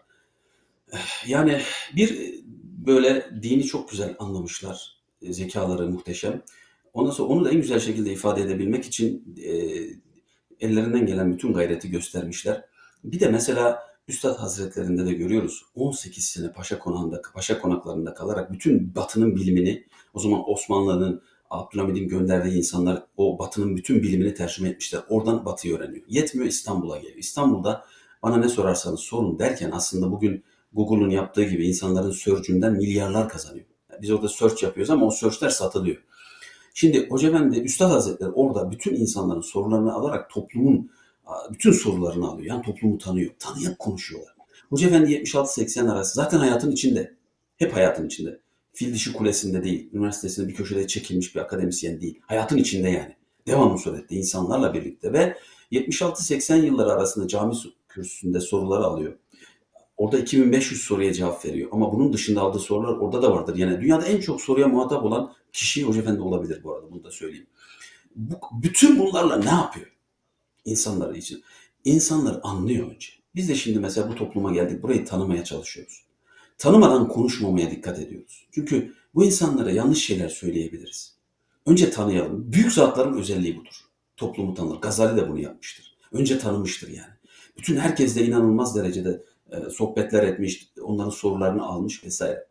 Yani bir böyle dini çok güzel anlamışlar. E, Zekaları muhteşem. Ondan sonra onu da en güzel şekilde ifade edebilmek için e, ellerinden gelen bütün gayreti göstermişler. Bir de mesela Üstad Hazretlerinde de görüyoruz. on sekiz sene Paşa Konağı'nda, Paşa Konaklarında kalarak bütün Batı'nın bilimini, o zaman Osmanlı'nın, Abdülhamid'in gönderdiği insanlar o Batı'nın bütün bilimini tercüme etmişler. Oradan Batı'yı öğreniyor. Yetmiyor, İstanbul'a geliyor. İstanbul'da bana ne sorarsanız sorun derken aslında bugün Google'un yaptığı gibi insanların search'ünden milyarlar kazanıyor. Yani biz orada search yapıyoruz ama o search'ler satılıyor. Şimdi Hoca Efendi, Üstad Hazretleri orada bütün insanların sorularını alarak toplumun bütün sorularını alıyor. Yani toplumu tanıyor. Tanıyarak konuşuyorlar. Hoca Efendi yetmiş altı seksen arası zaten hayatın içinde. Hep hayatın içinde. Fil dişi kulesinde değil. Üniversitesinde bir köşede çekilmiş bir akademisyen değil. Hayatın içinde yani. Devamlı surette insanlarla birlikte ve yetmiş altı seksen yılları arasında cami kürsüsünde soruları alıyor. Orada iki bin beş yüz soruya cevap veriyor. Ama bunun dışında aldığı sorular orada da vardır. Yani dünyada en çok soruya muhatap olan kişi Hoca Efendi olabilir bu arada. Bunu da söyleyeyim. Bu, bütün bunlarla ne yapıyor? İnsanları için. İnsanlar anlıyor önce. Biz de şimdi mesela bu topluma geldik. Burayı tanımaya çalışıyoruz. Tanımadan konuşmamaya dikkat ediyoruz. Çünkü bu insanlara yanlış şeyler söyleyebiliriz. Önce tanıyalım. Büyük zatların özelliği budur. Toplumu tanır. Gazali de bunu yapmıştır. Önce tanımıştır yani. Bütün herkesle inanılmaz derecede e, sohbetler etmiş, onların sorularını almış vesaire.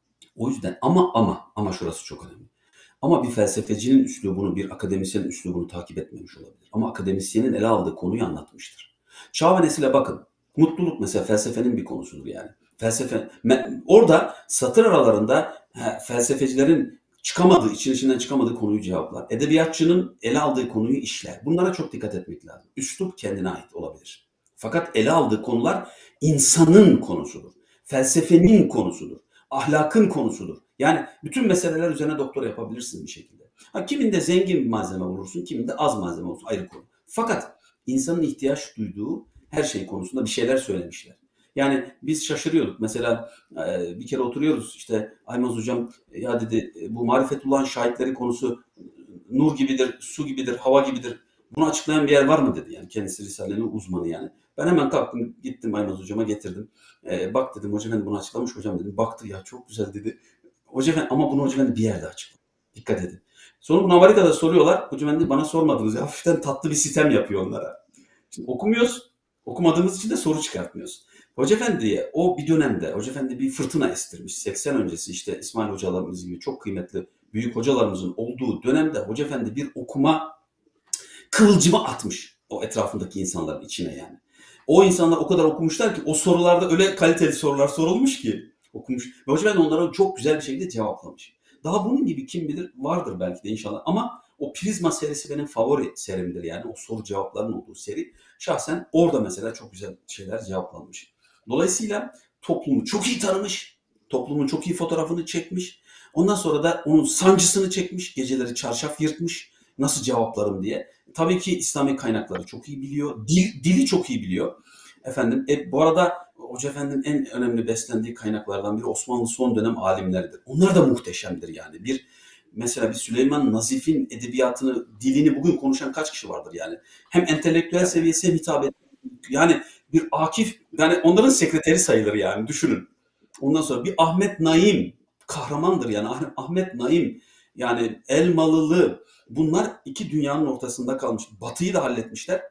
O yüzden ama ama ama şurası çok önemli. Ama bir felsefecinin üslubunu, bir akademisyenin üslubunu takip etmemiş olabilir. Ama akademisyenin ele aldığı konuyu anlatmıştır. Çağ ve nesile bakın. Mutluluk mesela felsefenin bir konusudur yani. Felsefe, orada satır aralarında he, felsefecilerin çıkamadığı, için içinden çıkamadığı konuyu cevaplar. Edebiyatçının ele aldığı konuyu işler. Bunlara çok dikkat etmek lazım. Üslup kendine ait olabilir. Fakat ele aldığı konular insanın konusudur. Felsefenin konusudur. Ahlakın konusudur. Yani bütün meseleler üzerine doktora yapabilirsin bir şekilde. Ha, kiminde zengin bir malzeme bulursun, kiminde az malzeme olsun, ayrı konu. Fakat insanın ihtiyaç duyduğu her şey konusunda bir şeyler söylemişler. Yani biz şaşırıyorduk. Mesela bir kere oturuyoruz işte Aymaz Hocam ya dedi bu Marifetullah'ın şahitleri konusu nur gibidir, su gibidir, hava gibidir. Bunu açıklayan bir yer var mı dedi. Yani kendisi Risale'nin uzmanı yani. Ben hemen kalktım gittim Aymaz Hocam'a getirdim. Ee, bak dedim Hoca Efendi bunu açıklamış hocam dedim. Baktı ya çok güzel dedi. Hoca Efendi ama bunu Hoca Efendi bir yerde açıkladı. Dikkat edin. Sonra bunu Amerika'da soruyorlar. Hoca Efendi bana sormadınız. Ya, hafiften tatlı bir sistem yapıyor onlara. Şimdi okumuyoruz. Okumadığımız için de soru çıkartmıyoruz. Hoca Efendi'ye o bir dönemde Hoca Efendi bir fırtına estirmiş. seksen öncesi işte İsmail hocalarımız gibi çok kıymetli büyük hocalarımızın olduğu dönemde Hoca Efendi bir okuma kıvılcımı atmış o etrafındaki insanların içine yani. O insanlar o kadar okumuşlar ki o sorularda öyle kaliteli sorular sorulmuş ki okumuş. Ve Hoca Efendi onlara çok güzel bir şekilde cevaplamış. Daha bunun gibi kim bilir vardır belki de inşallah ama o Prizma serisi benim favori serimdir yani o soru cevapların olduğu seri. Şahsen orada mesela çok güzel şeyler cevaplanmış. Dolayısıyla toplumu çok iyi tanımış, toplumun çok iyi fotoğrafını çekmiş. Ondan sonra da onun sancısını çekmiş, geceleri çarşaf yırtmış, nasıl cevaplarım diye. Tabii ki İslami kaynakları çok iyi biliyor, dil, dili çok iyi biliyor. Efendim, e, bu arada Hoca Efendi'nin en önemli beslendiği kaynaklardan biri Osmanlı son dönem alimleridir. Onlar da muhteşemdir yani. Bir mesela bir Süleyman Nazif'in edebiyatını, dilini bugün konuşan kaç kişi vardır yani? Hem entelektüel seviyesi hem hitabet. Yani bir Akif, yani onların sekreteri sayılır yani düşünün. Ondan sonra bir Ahmet Naim kahramandır yani. Ahmet Naim yani Elmalılı bunlar iki dünyanın ortasında kalmış. Batı'yı da halletmişler.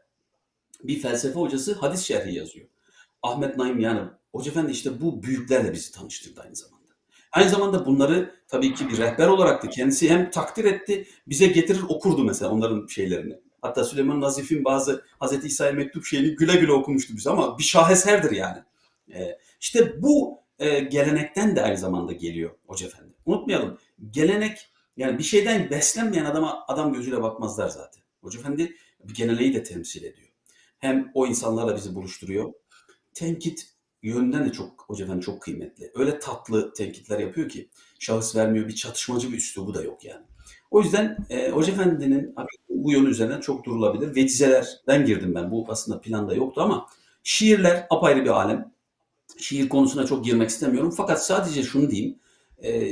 Bir felsefe hocası hadis şerhi yazıyor. Ahmet Naim yani Hoca Efendi işte bu büyüklerle bizi tanıştırdı aynı zamanda. Aynı zamanda bunları tabii ki bir rehber olarak da kendisi hem takdir etti, bize getirir okurdu mesela onların şeylerini. Hatta Süleyman Nazif'in bazı Hazreti İsa'ya mektup şeyini güle güle okumuştu bize ama bir şaheserdir yani. Ee, işte bu e, gelenekten de aynı zamanda geliyor Hoca Efendi. Unutmayalım gelenek yani bir şeyden beslenmeyen adama adam gözüyle bakmazlar zaten. Hoca Efendi bir geneleği de temsil ediyor. Hem o insanlarla bizi buluşturuyor. Tenkit yönden de çok Hoca Efendi çok kıymetli. Öyle tatlı tenkitler yapıyor ki şahıs vermiyor, bir çatışmacı bir üslubu da yok yani. O yüzden e, Hoca Efendi'nin bu yönü üzerinden çok durulabilir. Vecizelerden girdim ben. Bu aslında planda yoktu ama şiirler apayrı bir alem. Şiir konusuna çok girmek istemiyorum. Fakat sadece şunu diyeyim. E,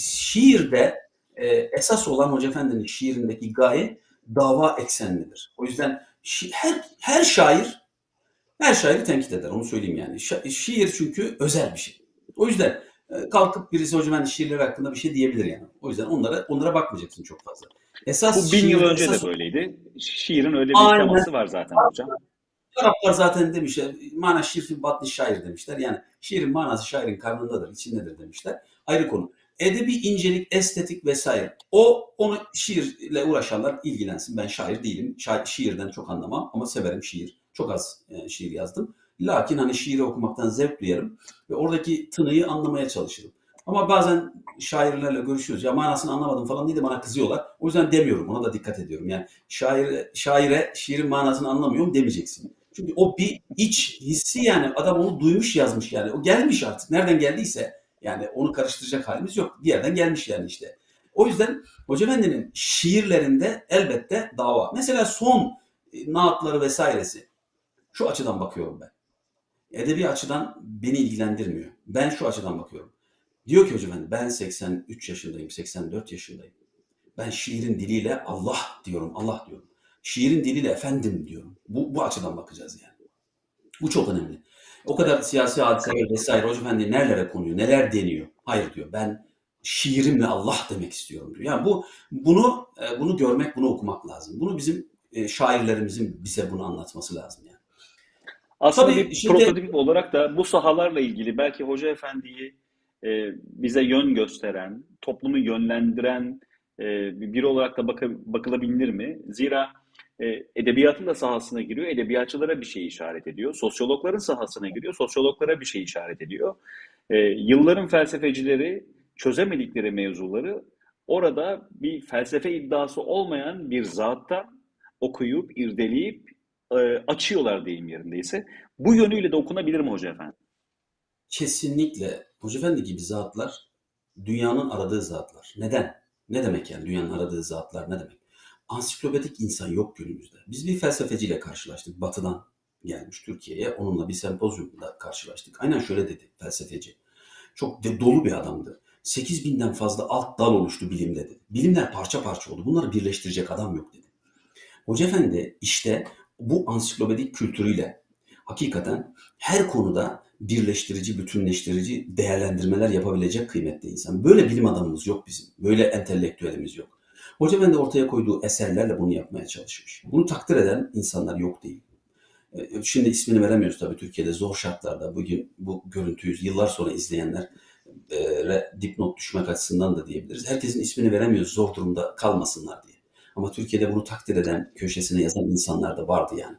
şiirde e, esas olan Hoca Efendi'nin şiirindeki gaye dava eksenlidir. O yüzden şi- her her şair her şairi tenkit eder. Onu söyleyeyim yani. Şa- şiir çünkü özel bir şey. O yüzden e, kalkıp birisi Hoca Efendi şiirler hakkında bir şey diyebilir yani. O yüzden onlara onlara bakmayacaksın çok fazla. Esas Bu bin yıl şiirde önce esas de böyleydi. Şiirin öyle bir aynen teması var zaten hocam. Araplar zaten demişler, mana şiir fi batni şair demişler. Yani şiirin manası şairin karnındadır, içindedir demişler. Ayrı konu. Edebi incelik, estetik vesaire. O onu şiirle uğraşanlar ilgilensin. Ben şair değilim. Şa- şiirden çok anlamam ama severim şiir. Çok az e, şiir yazdım. Lakin hani şiiri okumaktan zevk duyarım ve oradaki tınıyı anlamaya çalışırım. Ama bazen şairlerle görüşüyoruz. Ya manasını anlamadım falan diye de bana kızıyorlar. O yüzden demiyorum. Ona da dikkat ediyorum. Yani şaire, şaire şiirin manasını anlamıyorum demeyeceksin. Çünkü o bir iç hissi, yani adam onu duymuş yazmış yani. O gelmiş artık. Nereden geldiyse yani onu karıştıracak halimiz yok. Bir yerden gelmiş yani işte. O yüzden Hoca Efendi'nin şiirlerinde elbette dava. Mesela son e, naatları vesairesi. Şu açıdan bakıyorum ben. Edebi açıdan beni ilgilendirmiyor. Ben şu açıdan bakıyorum. Diyor ki Hoca Efendi, ben seksen üç yaşındayım, seksen dört yaşındayım. Ben şiirin diliyle Allah diyorum, Allah diyorum. Şiirin diliyle efendim diyorum. Bu, bu açıdan bakacağız yani. Bu çok önemli. O kadar siyasi hadiseler vesaire Hoca Efendi nerelere konuyor, neler deniyor. Hayır diyor, ben şiirimle Allah demek istiyorum diyor. Yani bu bunu e, bunu görmek, bunu okumak lazım. Bunu bizim e, şairlerimizin bize bunu anlatması lazım yani. Aslında Tabii bir şimdi prototip olarak da bu sahalarla ilgili belki Hoca Efendi'yi e, bize yön gösteren, toplumu yönlendiren e, biri olarak da baka- bakılabilir mi? Zira e, edebiyatın da sahasına giriyor, edebiyatçılara bir şey işaret ediyor. Sosyologların sahasına giriyor, sosyologlara bir şey işaret ediyor. E, yılların felsefecileri çözemedikleri mevzuları orada bir felsefe iddiası olmayan bir zatta okuyup, irdeleyip e, açıyorlar deyim yerindeyse. Bu yönüyle de okunabilir mi Hoca Efendi? kesinlikle Hoca Efendi gibi zatlar dünyanın aradığı zatlar. Neden? Ne demek yani dünyanın aradığı zatlar ne demek? Ansiklopedik insan yok günümüzde. Biz bir felsefeciyle karşılaştık. Batı'dan gelmiş Türkiye'ye. Onunla bir sempozyumda karşılaştık. Aynen şöyle dedi felsefeci. Çok de dolu bir adamdı. sekiz binden fazla alt dal oluştu bilimde dedi. Bilimler parça parça oldu. Bunları birleştirecek adam yok dedi. Hoca Efendi işte bu ansiklopedik kültürüyle hakikaten her konuda birleştirici, bütünleştirici değerlendirmeler yapabilecek kıymetli insan. Böyle bilim adamımız yok bizim. Böyle entelektüelimiz yok. Hoca Efendi ortaya koyduğu eserlerle bunu yapmaya çalışmış. Bunu takdir eden insanlar yok değil. E, Şimdi ismini veremiyoruz tabii Türkiye'de zor şartlarda. Bugün bu görüntüyü yıllar sonra izleyenler e, dipnot düşmek açısından da diyebiliriz. Herkesin ismini veremiyoruz zor durumda kalmasınlar diye. Ama Türkiye'de bunu takdir eden, köşesine yazan insanlar da vardı yani.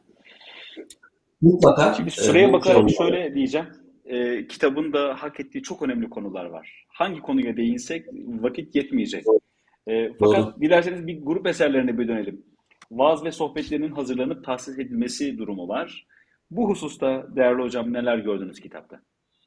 Şimdi Mutlaka e, süreye bu şey bakarak olmalı. şöyle diyeceğim. E, kitabın da hak ettiği çok önemli konular var. Hangi konuya değinsek vakit yetmeyecek. E, Doğru. fakat dilerseniz bir grup eserlerine bir dönelim. Vaaz ve sohbetlerinin hazırlanıp tahsis edilmesi durumu var. Bu hususta değerli hocam neler gördünüz kitapta?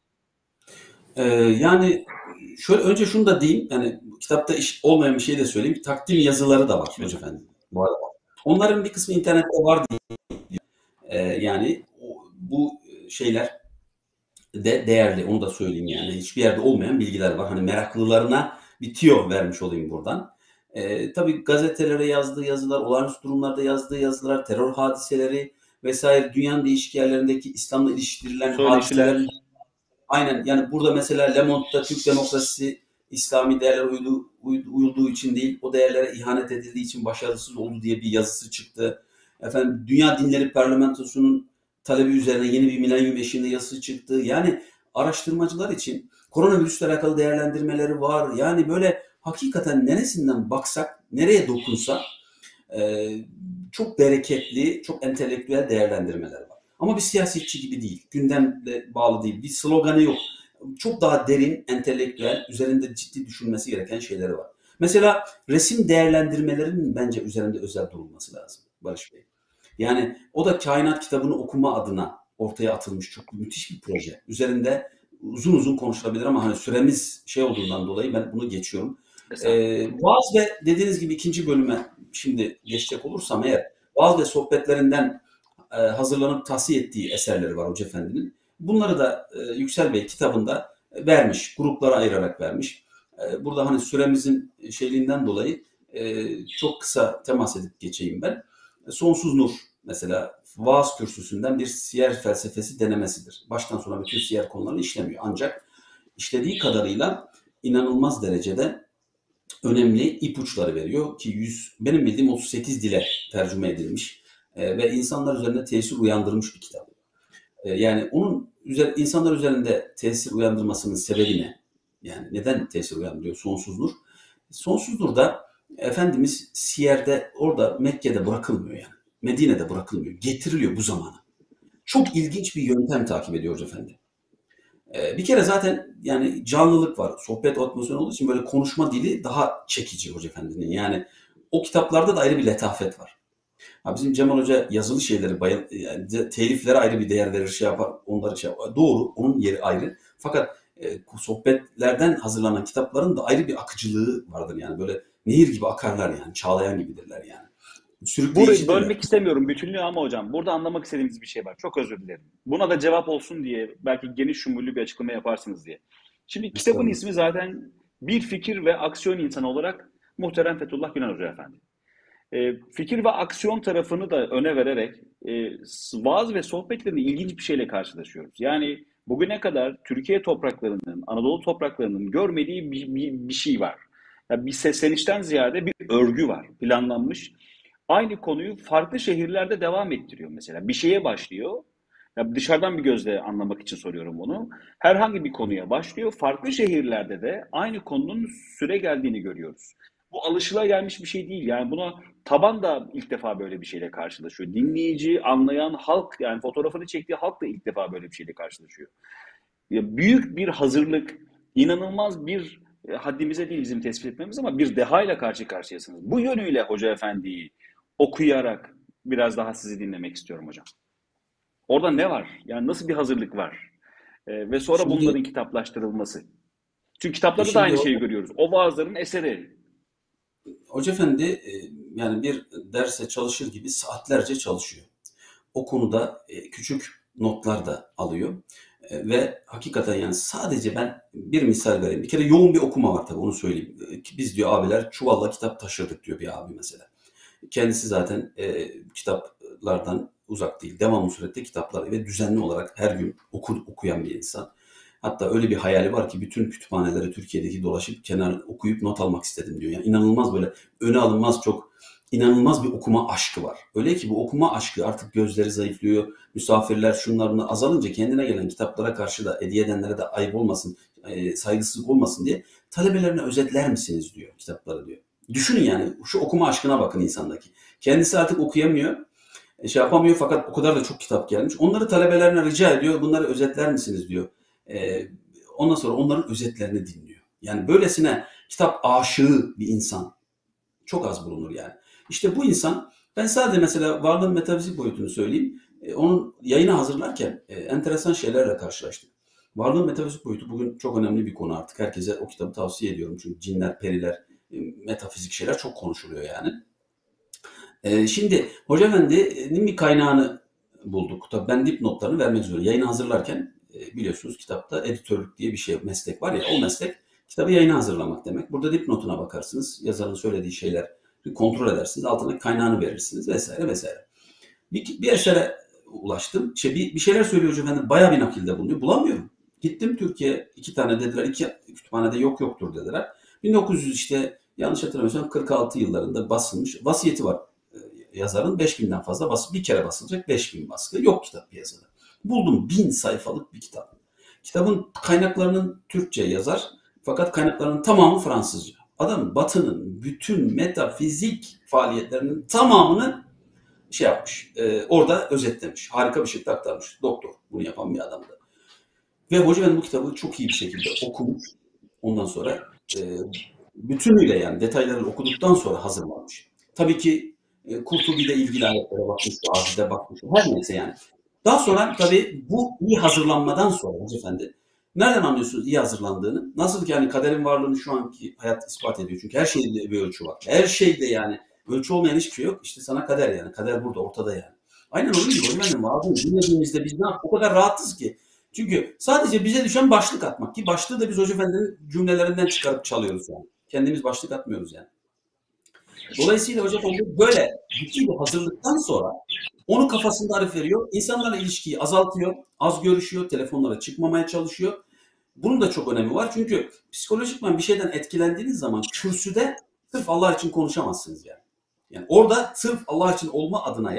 E, yani şöyle önce şunu da diyeyim. Yani kitapta iş olmayan bir şey de söyleyeyim. Takdim yazıları da var Hoca Lütfen. Efendi. Bu arada. Onların bir kısmı internette var diye. E, yani o- bu şeyler de değerli. Onu da söyleyeyim yani. Hiçbir yerde olmayan bilgiler var. Hani meraklılarına bir tüyo vermiş olayım buradan. Ee, tabii gazetelere yazdığı yazılar, olağanüstü durumlarda yazdığı yazılar, terör hadiseleri vesaire dünyanın değişik yerlerindeki İslam'la ilişkilenen hadiselerin Söyleşiler. aynen yani burada mesela Le Monde'da Türk demokrasisi İslami değerler uydu, uydu- uyulduğu için değil, o değerlere ihanet edildiği için başarısız oldu diye bir yazısı çıktı. Efendim Dünya Dinleri Parlamentosu'nun talebi üzerine yeni bir milenyum eşiğinde yazısı çıktı. Yani araştırmacılar için koronavirüsle alakalı değerlendirmeleri var. Yani böyle hakikaten neresinden baksak, nereye dokunsak e, çok bereketli, çok entelektüel değerlendirmeler var. Ama bir siyasetçi gibi değil, gündemle bağlı değil, bir sloganı yok. Çok daha derin, entelektüel, üzerinde ciddi düşünmesi gereken şeyleri var. Mesela resim değerlendirmelerinin bence üzerinde özel durulması lazım Barış Bey. Yani o da kainat kitabını okuma adına ortaya atılmış çok müthiş bir proje. Üzerinde uzun uzun konuşulabilir ama hani süremiz şey olduğundan dolayı ben bunu geçiyorum. Estağfurullah. Ee, vaaz ve dediğiniz gibi ikinci bölüme şimdi geçecek olursam eğer vaaz ve sohbetlerinden e, hazırlanıp tahsiye ettiği eserleri var Hoca Efendi'nin. Bunları da e, Yüksel Bey kitabında vermiş, gruplara ayırarak vermiş. E, burada hani süremizin şeyliğinden dolayı e, çok kısa temas edip geçeyim ben. Sonsuz Nur mesela vaaz kürsüsünden bir siyer felsefesi denemesidir. Baştan sona bütün siyer konularını işlemiyor. Ancak işlediği kadarıyla inanılmaz derecede önemli ipuçları veriyor ki yüz, benim bildiğim otuz sekiz dile tercüme edilmiş. e, ve insanlar üzerinde tesir uyandırmış bir kitap. E, yani onun üzer, insanlar üzerinde tesir uyandırmasının sebebi ne? Yani neden tesir uyandırıyor? Sonsuz Nur. Sonsuz Nur da Efendimiz Siyer'de, orada Mekke'de bırakılmıyor yani. Medine'de bırakılmıyor. Getiriliyor bu zamana. Çok ilginç bir yöntem takip ediyor Hoca Efendi. Ee, bir kere zaten yani canlılık var. Sohbet atmosferi olduğu için böyle konuşma dili daha çekici Hoca Efendi'nin. Yani o kitaplarda da ayrı bir letafet var. Ha, bizim Cemal Hoca yazılı şeyleri, bayıl, yani teliflere ayrı bir değer verir, şey yapar, onları şey yapar. Doğru, onun yeri ayrı. Fakat e, sohbetlerden hazırlanan kitapların da ayrı bir akıcılığı vardır yani. Böyle nehir gibi akarlar yani, çağlayan gibidirler yani. Burayı Sürükleyicidirler. bölmek istemiyorum bütünlüğü ama hocam burada anlamak istediğimiz bir şey var. Çok özür dilerim. Buna da cevap olsun diye belki geniş şumullü bir açıklama yaparsınız diye. Şimdi kitabın Estağfurullah. ismi zaten Bir Fikir ve Aksiyon İnsanı olarak Muhterem Fethullah Gülen Hoca Efendi. E, fikir ve aksiyon tarafını da öne vererek e, vaaz ve sohbetlerinde ilginç bir şeyle karşılaşıyoruz. Yani bugüne kadar Türkiye topraklarının, Anadolu topraklarının görmediği bir, bir, bir şey var. Yani bir seslenişten ziyade bir örgü var, planlanmış. Aynı konuyu farklı şehirlerde devam ettiriyor mesela. Bir şeye başlıyor. Ya dışarıdan bir gözle anlamak için soruyorum bunu. Herhangi bir konuya başlıyor. Farklı şehirlerde de aynı konunun süre geldiğini görüyoruz. Bu alışılagelmiş bir şey değil. Yani buna taban da ilk defa böyle bir şeyle karşılaşıyor. Dinleyici, anlayan halk, yani fotoğrafını çektiği halk da ilk defa böyle bir şeyle karşılaşıyor. Ya büyük bir hazırlık, inanılmaz bir e, haddimize değil bizim tespit etmemiz ama bir dehayla karşı karşıyasınız. Bu yönüyle Hoca Efendi'yi okuyarak biraz daha sizi dinlemek istiyorum hocam. Orada ne var? Yani nasıl bir hazırlık var? E, ve sonra Şimdi, bunların kitaplaştırılması. Çünkü e kitaplarda da şimdi aynı o, şeyi görüyoruz. O vaazların eseri. Hoca Efendi e, yani bir derse çalışır gibi saatlerce çalışıyor. O konuda e, küçük notlar da alıyor. E, ve hakikaten yani sadece ben bir misal vereyim. Bir kere yoğun bir okuma var tabii, onu söyleyeyim. E, biz diyor abiler çuvalla kitap taşırdık diyor bir abi mesela. Kendisi zaten e, kitaplardan uzak değil. Devamlı surette kitaplar ve düzenli olarak her gün okur, okuyan bir insan. Hatta öyle bir hayali var ki bütün kütüphaneleri Türkiye'deki dolaşıp kenar okuyup not almak istedim diyor. Yani inanılmaz, böyle öne alınmaz, çok inanılmaz bir okuma aşkı var. Öyle ki bu okuma aşkı artık gözleri zayıflıyor. Misafirler şunlar bunlar azalınca kendine gelen kitaplara karşı da hediye edenlere de ayıp olmasın, e, saygısızlık olmasın diye talebelerine özetler misiniz diyor kitapları diyor. Düşünün yani şu okuma aşkına bakın insandaki. Kendisi artık okuyamıyor, e, şey yapamıyor fakat o kadar da çok kitap gelmiş. Onları talebelerine rica ediyor. Bunları özetler misiniz diyor. E, ondan sonra onların özetlerini dinliyor. Yani böylesine kitap aşığı bir insan çok az bulunur yani. İşte bu insan, ben sadece mesela varlığın metafizik boyutunu söyleyeyim. E, onun yayını hazırlarken e, enteresan şeylerle karşılaştım. Varlığın metafizik boyutu bugün çok önemli bir konu artık. Herkese o kitabı tavsiye ediyorum. Çünkü cinler, periler, e, metafizik şeyler çok konuşuluyor yani. E, şimdi Hoca Efendi'nin bir kaynağını bulduk. Tabii ben dipnotlarını vermek zorundayım. Yayını hazırlarken e, biliyorsunuz kitapta editörlük diye bir şey, meslek var ya, o meslek kitabı yayına hazırlamak demek. Burada dipnotuna bakarsınız. Yazarın söylediği şeyler kontrol edersiniz. Altına kaynağını verirsiniz vesaire vesaire. Bir, bir esere ulaştım. İşte bir, bir şeyler söylüyor Hoca Efendi. Bayağı bir nakilde bulunuyor. Bulamıyorum. Gittim Türkiye, iki tane dediler. İki kütüphanede yok yoktur dediler. bin dokuz yüz işte yanlış hatırlamıyorsam kırk altı yıllarında basılmış. Vasiyeti var yazarın, beş binden fazla bas, bir kere basılacak beş bin baskı. Yok kitap piyasada. Buldum, bin sayfalık bir kitap. Kitabın kaynaklarının Türkçe yazar fakat kaynaklarının tamamı Fransızca. Adam Batı'nın bütün metafizik faaliyetlerinin tamamını şey yapmış, e, orada özetlemiş. Harika bir şekilde aktarmış. Doktor bunu yapan bir adamdı. Ve Hoca ben bu kitabı çok iyi bir şekilde okumuş. Ondan sonra e, bütünüyle yani detaylarını okuduktan sonra hazırlanmış. Tabii ki e, Kurtubi'de ilgili ayetlere bakmış, Aziz'e bakmış, her neyse yani. Daha sonra tabii bu iyi hazırlanmadan sonra Hoca Efendi, nereden anlıyorsunuz iyi hazırlandığını? Nasıl ki yani kaderin varlığını şu anki hayat ispat ediyor. Çünkü her şeyde bir ölçü var. Her şeyde yani ölçü olmayan hiçbir şey yok. İşte sana kader yani. Kader burada, ortada yani. Aynen onun gibi Hoca Efendi vaazını dinlediğimizde biz ne o kadar rahatız ki. Çünkü sadece bize düşen başlık atmak, ki başlığı da biz Hoca Efendi'nin cümlelerinden çıkarıp çalıyoruz yani. Kendimiz başlık atmıyoruz yani. Dolayısıyla Hoca Efendi böyle ciddi bir hazırlıktan sonra onu kafasında arif veriyor. İnsanlarla ilişkiyi azaltıyor, az görüşüyor, telefonlara çıkmamaya çalışıyor. Bunun da çok önemi var. Çünkü psikolojikman bir şeyden etkilendiğiniz zaman kürsüde sırf Allah için konuşamazsınız yani. Yani orada sırf Allah için olma adına yani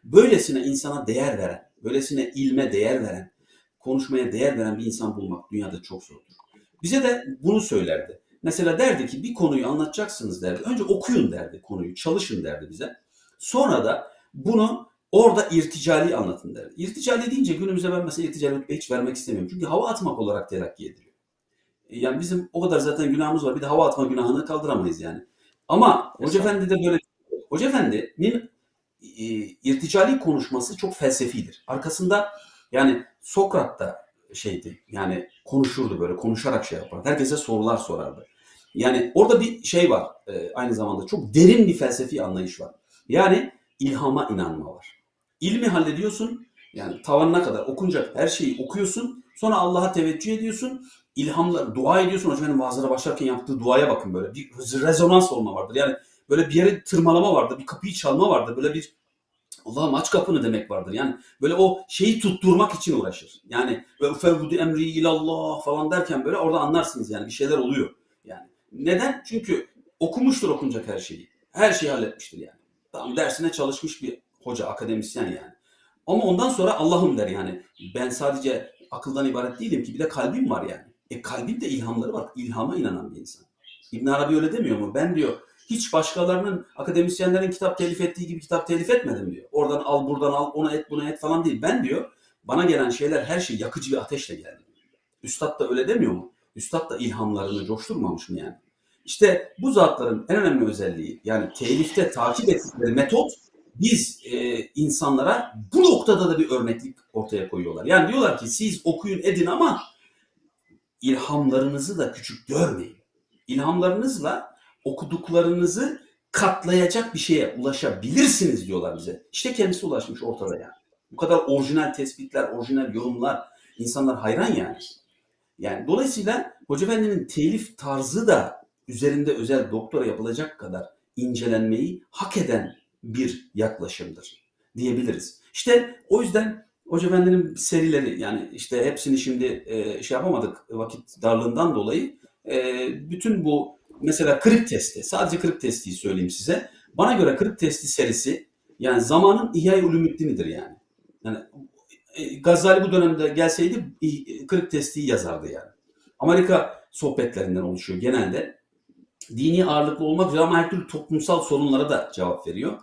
böylesine insana değer veren, böylesine ilme değer veren, konuşmaya değer veren bir insan bulmak dünyada çok zordur. Bize de bunu söylerdi. Mesela derdi ki bir konuyu anlatacaksınız derdi. Önce okuyun derdi konuyu, çalışın derdi bize. Sonra da bunu orada irticali anlatın derdi. İrticali deyince günümüzde ben mesela irticali hiç vermek istemiyorum. Çünkü hava atmak olarak telakki ediliyor. Yani bizim o kadar zaten günahımız var. Bir de hava atma günahını kaldıramayız yani. Ama Hoca Efendi de böyle. Hoca Efendi'nin e, irticali konuşması çok felsefidir. Arkasında yani Sokrat da şeydi yani konuşurdu böyle konuşarak şey yapardı. Herkese sorular sorardı. Yani orada bir şey var e, aynı zamanda çok derin bir felsefi anlayış var. Yani ilhama inanma var. İlmi hallediyorsun yani tavanına kadar okunacak her şeyi okuyorsun. Sonra Allah'a teveccüh ediyorsun. İlhamla dua ediyorsun. Hocam vaazlara başlarken yaptığı duaya bakın böyle. Bir rezonans olma vardır. Yani böyle bir yere tırmalama vardır. Bir kapıyı çalma vardır. Böyle bir Allah'ım aç kapını demek vardır. Yani böyle o şeyi tutturmak için uğraşır. Yani ve ufevvudu emri ilallah falan derken böyle orada anlarsınız yani bir şeyler oluyor. Yani neden? Çünkü okumuştur okunacak her şeyi. Her şeyi halletmiştir yani. Tamam dersine çalışmış bir hoca, akademisyen yani. Ama ondan sonra Allah'ım der yani. Ben sadece akıldan ibaret değilim ki bir de kalbim var yani. E kalbin de ilhamları var. İlhama inanan bir insan. İbn Arabi öyle demiyor mu? Ben diyor hiç başkalarının, akademisyenlerin kitap telif ettiği gibi kitap telif etmedim diyor. Oradan al, buradan al, onu et, bunu et falan değil. Ben diyor, bana gelen şeyler her şey yakıcı bir ateşle geldi. Üstad da öyle demiyor mu? Üstad da ilhamlarını coşturmamış mı yani? İşte bu zatların en önemli özelliği, yani telifte takip ettikleri metot, biz e, insanlara bu noktada da bir örneklik ortaya koyuyorlar. Yani diyorlar ki siz okuyun edin ama ilhamlarınızı da küçük görmeyin. İlhamlarınızla okuduklarınızı katlayacak bir şeye ulaşabilirsiniz diyorlar bize. İşte kendisi ulaşmış ortada yani. Bu kadar orijinal tespitler, orijinal yorumlar, insanlar hayran yani. Yani dolayısıyla Hoca Efendi'nin telif tarzı da üzerinde özel doktora yapılacak kadar incelenmeyi hak eden bir yaklaşımdır diyebiliriz. İşte o yüzden Hoca Efendi'nin serileri yani işte hepsini şimdi e, şey yapamadık vakit darlığından dolayı e, bütün bu mesela kırık testi sadece kırık testiyi söyleyeyim size. Bana göre kırık testi serisi yani zamanın İhya-i Ulumuddin'idir yani. Yani e, Gazali bu dönemde gelseydi kırık testiyi yazardı yani. Amerika sohbetlerinden oluşuyor genelde. Dini ağırlıklı olmak üzere ama her türlü toplumsal sorunlara da cevap veriyor.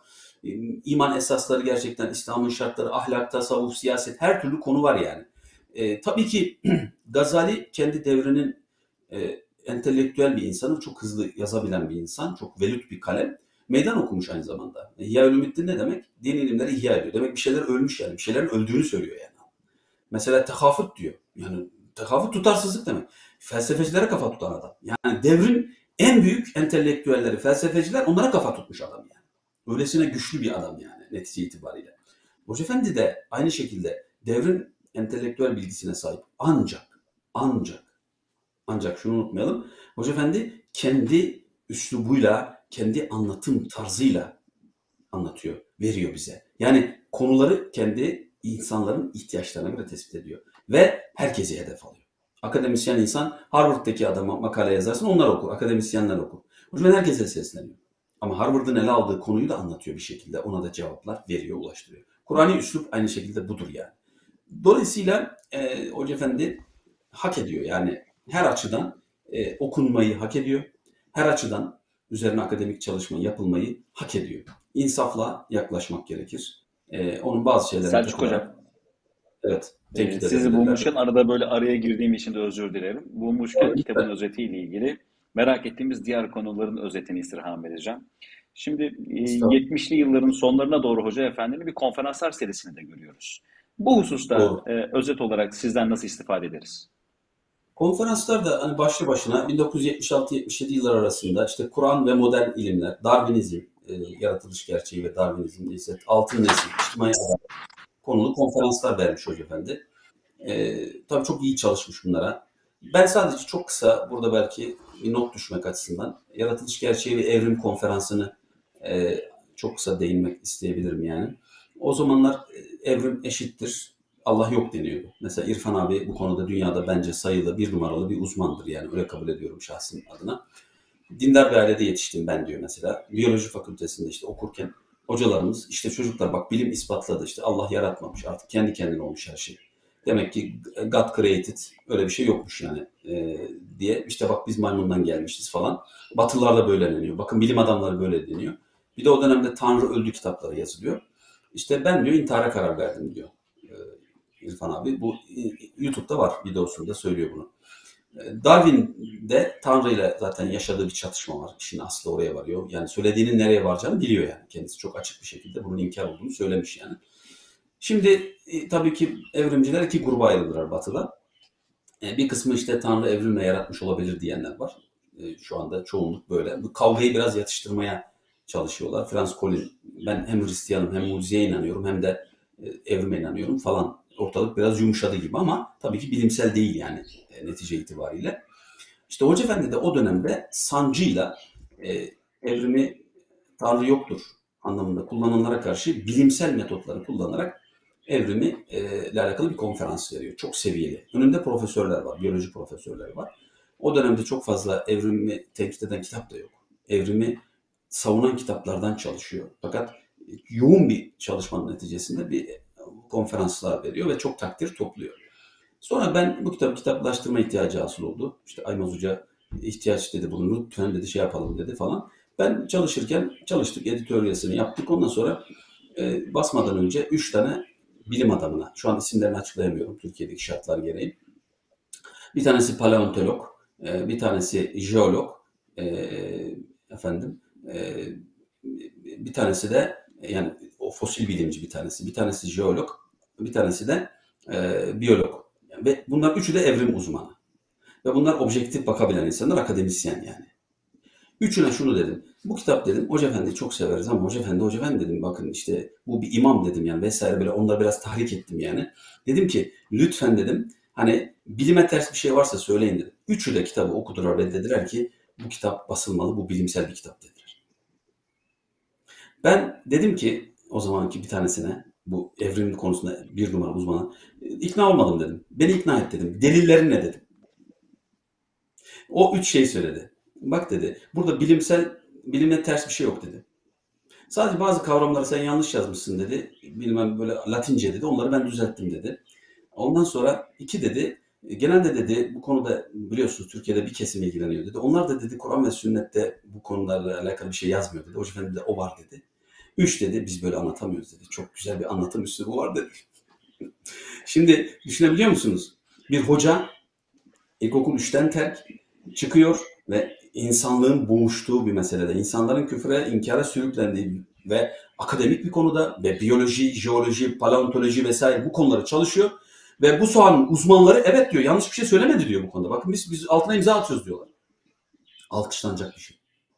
İman esasları gerçekten, İslam'ın şartları, ahlak, tasavvuf, siyaset her türlü konu var yani. E, tabii ki Gazali kendi devrinin e, entelektüel bir insanı, çok hızlı yazabilen bir insan, çok velüt bir kalem. Meydan okumuş aynı zamanda. İhya-i Ulumuddin ne demek? Dini ilimleri ihya ediyor. Demek bir şeyler ölmüş yani. Bir şeylerin öldüğünü söylüyor yani. Mesela tekafut diyor. Yani tekafut tutarsızlık demek. Felsefecilere kafa tutan adam. Yani devrin en büyük entelektüelleri, felsefeciler onlara kafa tutmuş adam yani. Öylesine güçlü bir adam yani netice itibariyle. Hoca Efendi de aynı şekilde devrin entelektüel bilgisine sahip. Ancak, ancak, ancak şunu unutmayalım. Hoca Efendi kendi üslubuyla, kendi anlatım tarzıyla anlatıyor, veriyor bize. Yani konuları kendi insanların ihtiyaçlarına göre tespit ediyor. Ve herkese hedef alıyor. Akademisyen insan Harvard'daki adama makale yazarsın onlar okur, akademisyenler okur. Hoca Efendi herkese sesleniyor. Ama Harvard'ın ele aldığı konuyu da anlatıyor bir şekilde. Ona da cevaplar veriyor, ulaştırıyor. Kur'an'ı üslup aynı şekilde budur yani. Dolayısıyla e, Hoca Efendi hak ediyor. Yani her açıdan e, okunmayı hak ediyor. Her açıdan üzerine akademik çalışma yapılmayı hak ediyor. İnsafla yaklaşmak gerekir. E, onun bazı şeylerine Selçuk takılarak, Hocam, evet, e, tenkit sizi edebilirler. bulmuşken arada böyle araya girdiğim için de özür dilerim. Bulmuşken kitabın özetiyle ilgili merak ettiğimiz diğer konuların özetini istirham edeceğim. Şimdi e, yetmişli yılların sonlarına doğru Hoca Efendi'nin bir konferanslar serisini de görüyoruz. Bu hususta e, özet olarak sizden nasıl istifade ederiz? Konferanslar da hani başlı başına bin dokuz yüz yetmiş altı yetmiş yedi yıllar arasında işte Kur'an ve modern ilimler, Darwinizm, e, yaratılış gerçeği ve Darwinizm, ise altın nesil, içtimai adalet konulu konferanslar vermiş Hoca Efendi. E, tabii çok iyi çalışmış bunlara. Ben sadece çok kısa burada belki bir not düşmek açısından yaratılış gerçeği ve evrim konferansını e, çok kısa değinmek isteyebilirim yani. O zamanlar e, evrim eşittir, Allah yok deniyordu. Mesela İrfan abi bu konuda dünyada bence sayılı bir numaralı bir uzmandır yani öyle kabul ediyorum şahsım adına. Dindar bir ailede yetiştim ben diyor mesela. Biyoloji fakültesinde işte okurken Hocalarımız işte çocuklar bak bilim ispatladı işte Allah yaratmamış artık kendi kendine olmuş her şey. Demek ki God created öyle bir şey yokmuş yani e, diye işte bak biz maymundan gelmişiz falan. Batılılar da böyle deniyor. Bakın bilim adamları böyle deniyor. Bir de o dönemde Tanrı öldü kitapları yazılıyor. İşte ben diyor intihara karar verdim diyor e, İrfan abi. Bu e, YouTube'da var videosunda söylüyor bunu. Darwin de Tanrı ile zaten yaşadığı bir çatışma var. İşin aslı oraya varıyor. Yani söylediğinin nereye varacağını biliyor yani. Kendisi çok açık bir şekilde bunun inkar olduğunu söylemiş yani. Şimdi e, tabii ki evrimciler iki gruba ayrılırlar Batı'da. E, bir kısmı işte Tanrı evrimle yaratmış olabilir diyenler var. E, şu anda çoğunluk böyle. Bu kavgayı biraz yatıştırmaya çalışıyorlar. Frans Colin, ben hem Hristiyanım hem mucizeye inanıyorum hem de e, evrime inanıyorum falan. Ortalık biraz yumuşadı gibi ama tabii ki bilimsel değil yani e, netice itibariyle. İşte Hoca Efendi de o dönemde sancıyla e, evrimi Tanrı yoktur anlamında kullananlara karşı bilimsel metotları kullanarak evrimi e, ile alakalı bir konferans veriyor. Çok seviyeli. Önünde profesörler var, biyoloji profesörleri var. O dönemde çok fazla evrimi tenkit eden kitap da yok. Evrimi savunan kitaplardan çalışıyor. Fakat yoğun bir çalışmanın neticesinde bir konferanslar veriyor ve çok takdir topluyor. Sonra ben bu kitabı kitaplaştırma ihtiyacı hasıl oldu. İşte Aymaz Hoca ihtiyaç dedi bunu lütfen dedi şey yapalım dedi falan. Ben çalışırken çalıştık, editoryasını yaptık. Ondan sonra e, basmadan önce üç tane bilim adamına, şu an isimlerini açıklayamıyorum Türkiye'deki şartlar gereği. Bir tanesi paleontolog, e, bir tanesi jeolog, e, efendim, e, bir tanesi de yani o fosil bilimci bir tanesi, bir tanesi jeolog, bir tanesi de e, biyolog. Yani ve bunlar üçü de evrim uzmanı. Ve bunlar objektif bakabilen insanlar, akademisyen yani. Üçüne şunu dedim. Bu kitap dedim, Hoca Efendi'yi çok severiz ama Hoca Efendi, Hoca Efendi dedim bakın işte bu bir imam dedim yani vesaire böyle onları biraz tahrik ettim yani. Dedim ki lütfen dedim hani bilime ters bir şey varsa söyleyin dedim. Üçü de kitabı okudular ve dediler ki bu kitap basılmalı, bu bilimsel bir kitap dediler. Ben dedim ki o zamanki bir tanesine bu evrim konusunda bir numara uzmanı ikna olmadım dedim. Beni ikna et dedim. Delillerin ne dedim. O üç şey söyledi. Bak dedi, burada bilimsel, bilimle ters bir şey yok dedi. Sadece bazı kavramları sen yanlış yazmışsın dedi. Bilmem böyle Latince dedi. Onları ben düzelttim dedi. Ondan sonra iki dedi. Genelde dedi bu konuda biliyorsunuz Türkiye'de bir kesim ilgileniyor dedi. Onlar da dedi Kur'an ve sünnette bu konularla alakalı bir şey yazmıyor dedi. Hoca Efendi de o var dedi. Üç dedi biz böyle anlatamıyoruz dedi. Çok güzel bir anlatım üslubu var dedi. Şimdi düşünebiliyor musunuz? Bir hoca ilkokul üçten terk çıkıyor ve insanlığın boğuştuğu bir meselede, insanların küfre, inkara sürüklendiği ve akademik bir konuda ve biyoloji, jeoloji, paleontoloji vesaire bu konuları çalışıyor. Ve bu sahanın uzmanları evet diyor, yanlış bir şey söylemedi diyor bu konuda. Bakın biz, biz altına imza atıyoruz diyorlar. Alkışlanacak bir şey.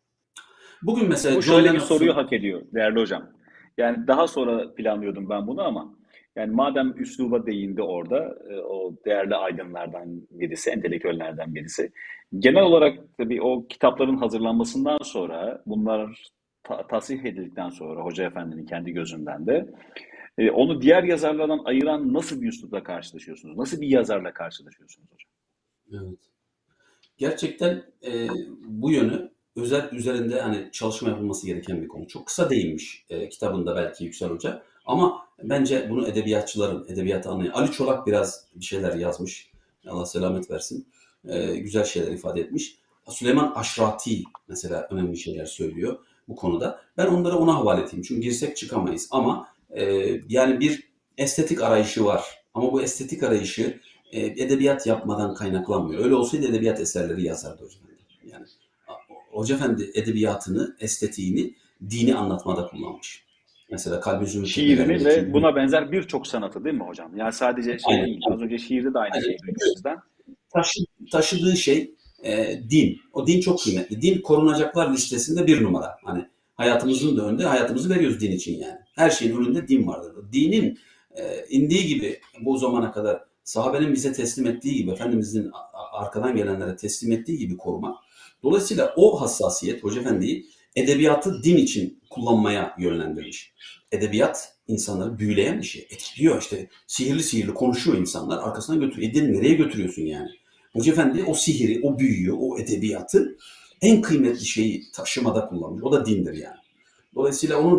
Bugün mesela Bu John şöyle bir Lennon soruyu hak ediyor değerli hocam. Yani daha sonra planlıyordum ben bunu ama yani madem üsluba değindi orada e, o değerli aydınlardan birisi, entelektüellerden birisi. Genel olarak tabii o kitapların hazırlanmasından sonra bunlar ta- tasih edildikten sonra Hoca Efendi'nin kendi gözünden de e, onu diğer yazarlardan ayıran nasıl bir üslupla karşılaşıyorsunuz? Nasıl bir yazarla karşılaşıyorsunuz hocam? Evet. Gerçekten e, bu yönü özel üzerinde hani çalışma yapılması gereken bir konu. Çok kısa değinmiş e, kitabında belki Yüksel Hoca. Ama bence bunu edebiyatçıların, edebiyatı anlayan. Ali Çolak biraz bir şeyler yazmış. Allah selamet versin. E, güzel şeyler ifade etmiş. Süleyman Aşrati mesela önemli şeyler söylüyor bu konuda. Ben onları ona havale edeyim. Çünkü girsek çıkamayız. Ama e, yani bir estetik arayışı var. Ama bu estetik arayışı e, edebiyat yapmadan kaynaklanmıyor. Öyle olsaydı edebiyat eserleri yazardı Hoca Efendi. Yani Hoca Efendi edebiyatını, estetiğini dini anlatmada kullanmış. Mesela Kalbi Zümrüt Şiirini Tepelerindeki ve buna benzer birçok sanatı değil mi hocam? Yani sadece şey aynen, değil. Az önce şiirde de aynı aynen. şeyi duyduk sizden. Taşı, taşıdığı şey e, din. O din çok kıymetli. Din korunacaklar listesinde bir numara. Hani hayatımızın da önünde hayatımızı veriyoruz din için yani. Her şeyin önünde din vardır. Dinin e, indiği gibi bu zamana kadar sahabenin bize teslim ettiği gibi, Efendimizin arkadan gelenlere teslim ettiği gibi koruma. Dolayısıyla o hassasiyet Hoca Efendi'yi edebiyatı din için kullanmaya yönlendirmiş. Edebiyat insanları büyüleyen bir şey. Etkiliyor işte. Sihirli sihirli konuşuyor insanlar. Arkasından götürüyor. E din nereye götürüyorsun yani? Hoca Efendi o sihiri, o büyüyü, o edebiyatı en kıymetli şeyi taşımada kullanmış. O da dindir yani. Dolayısıyla onun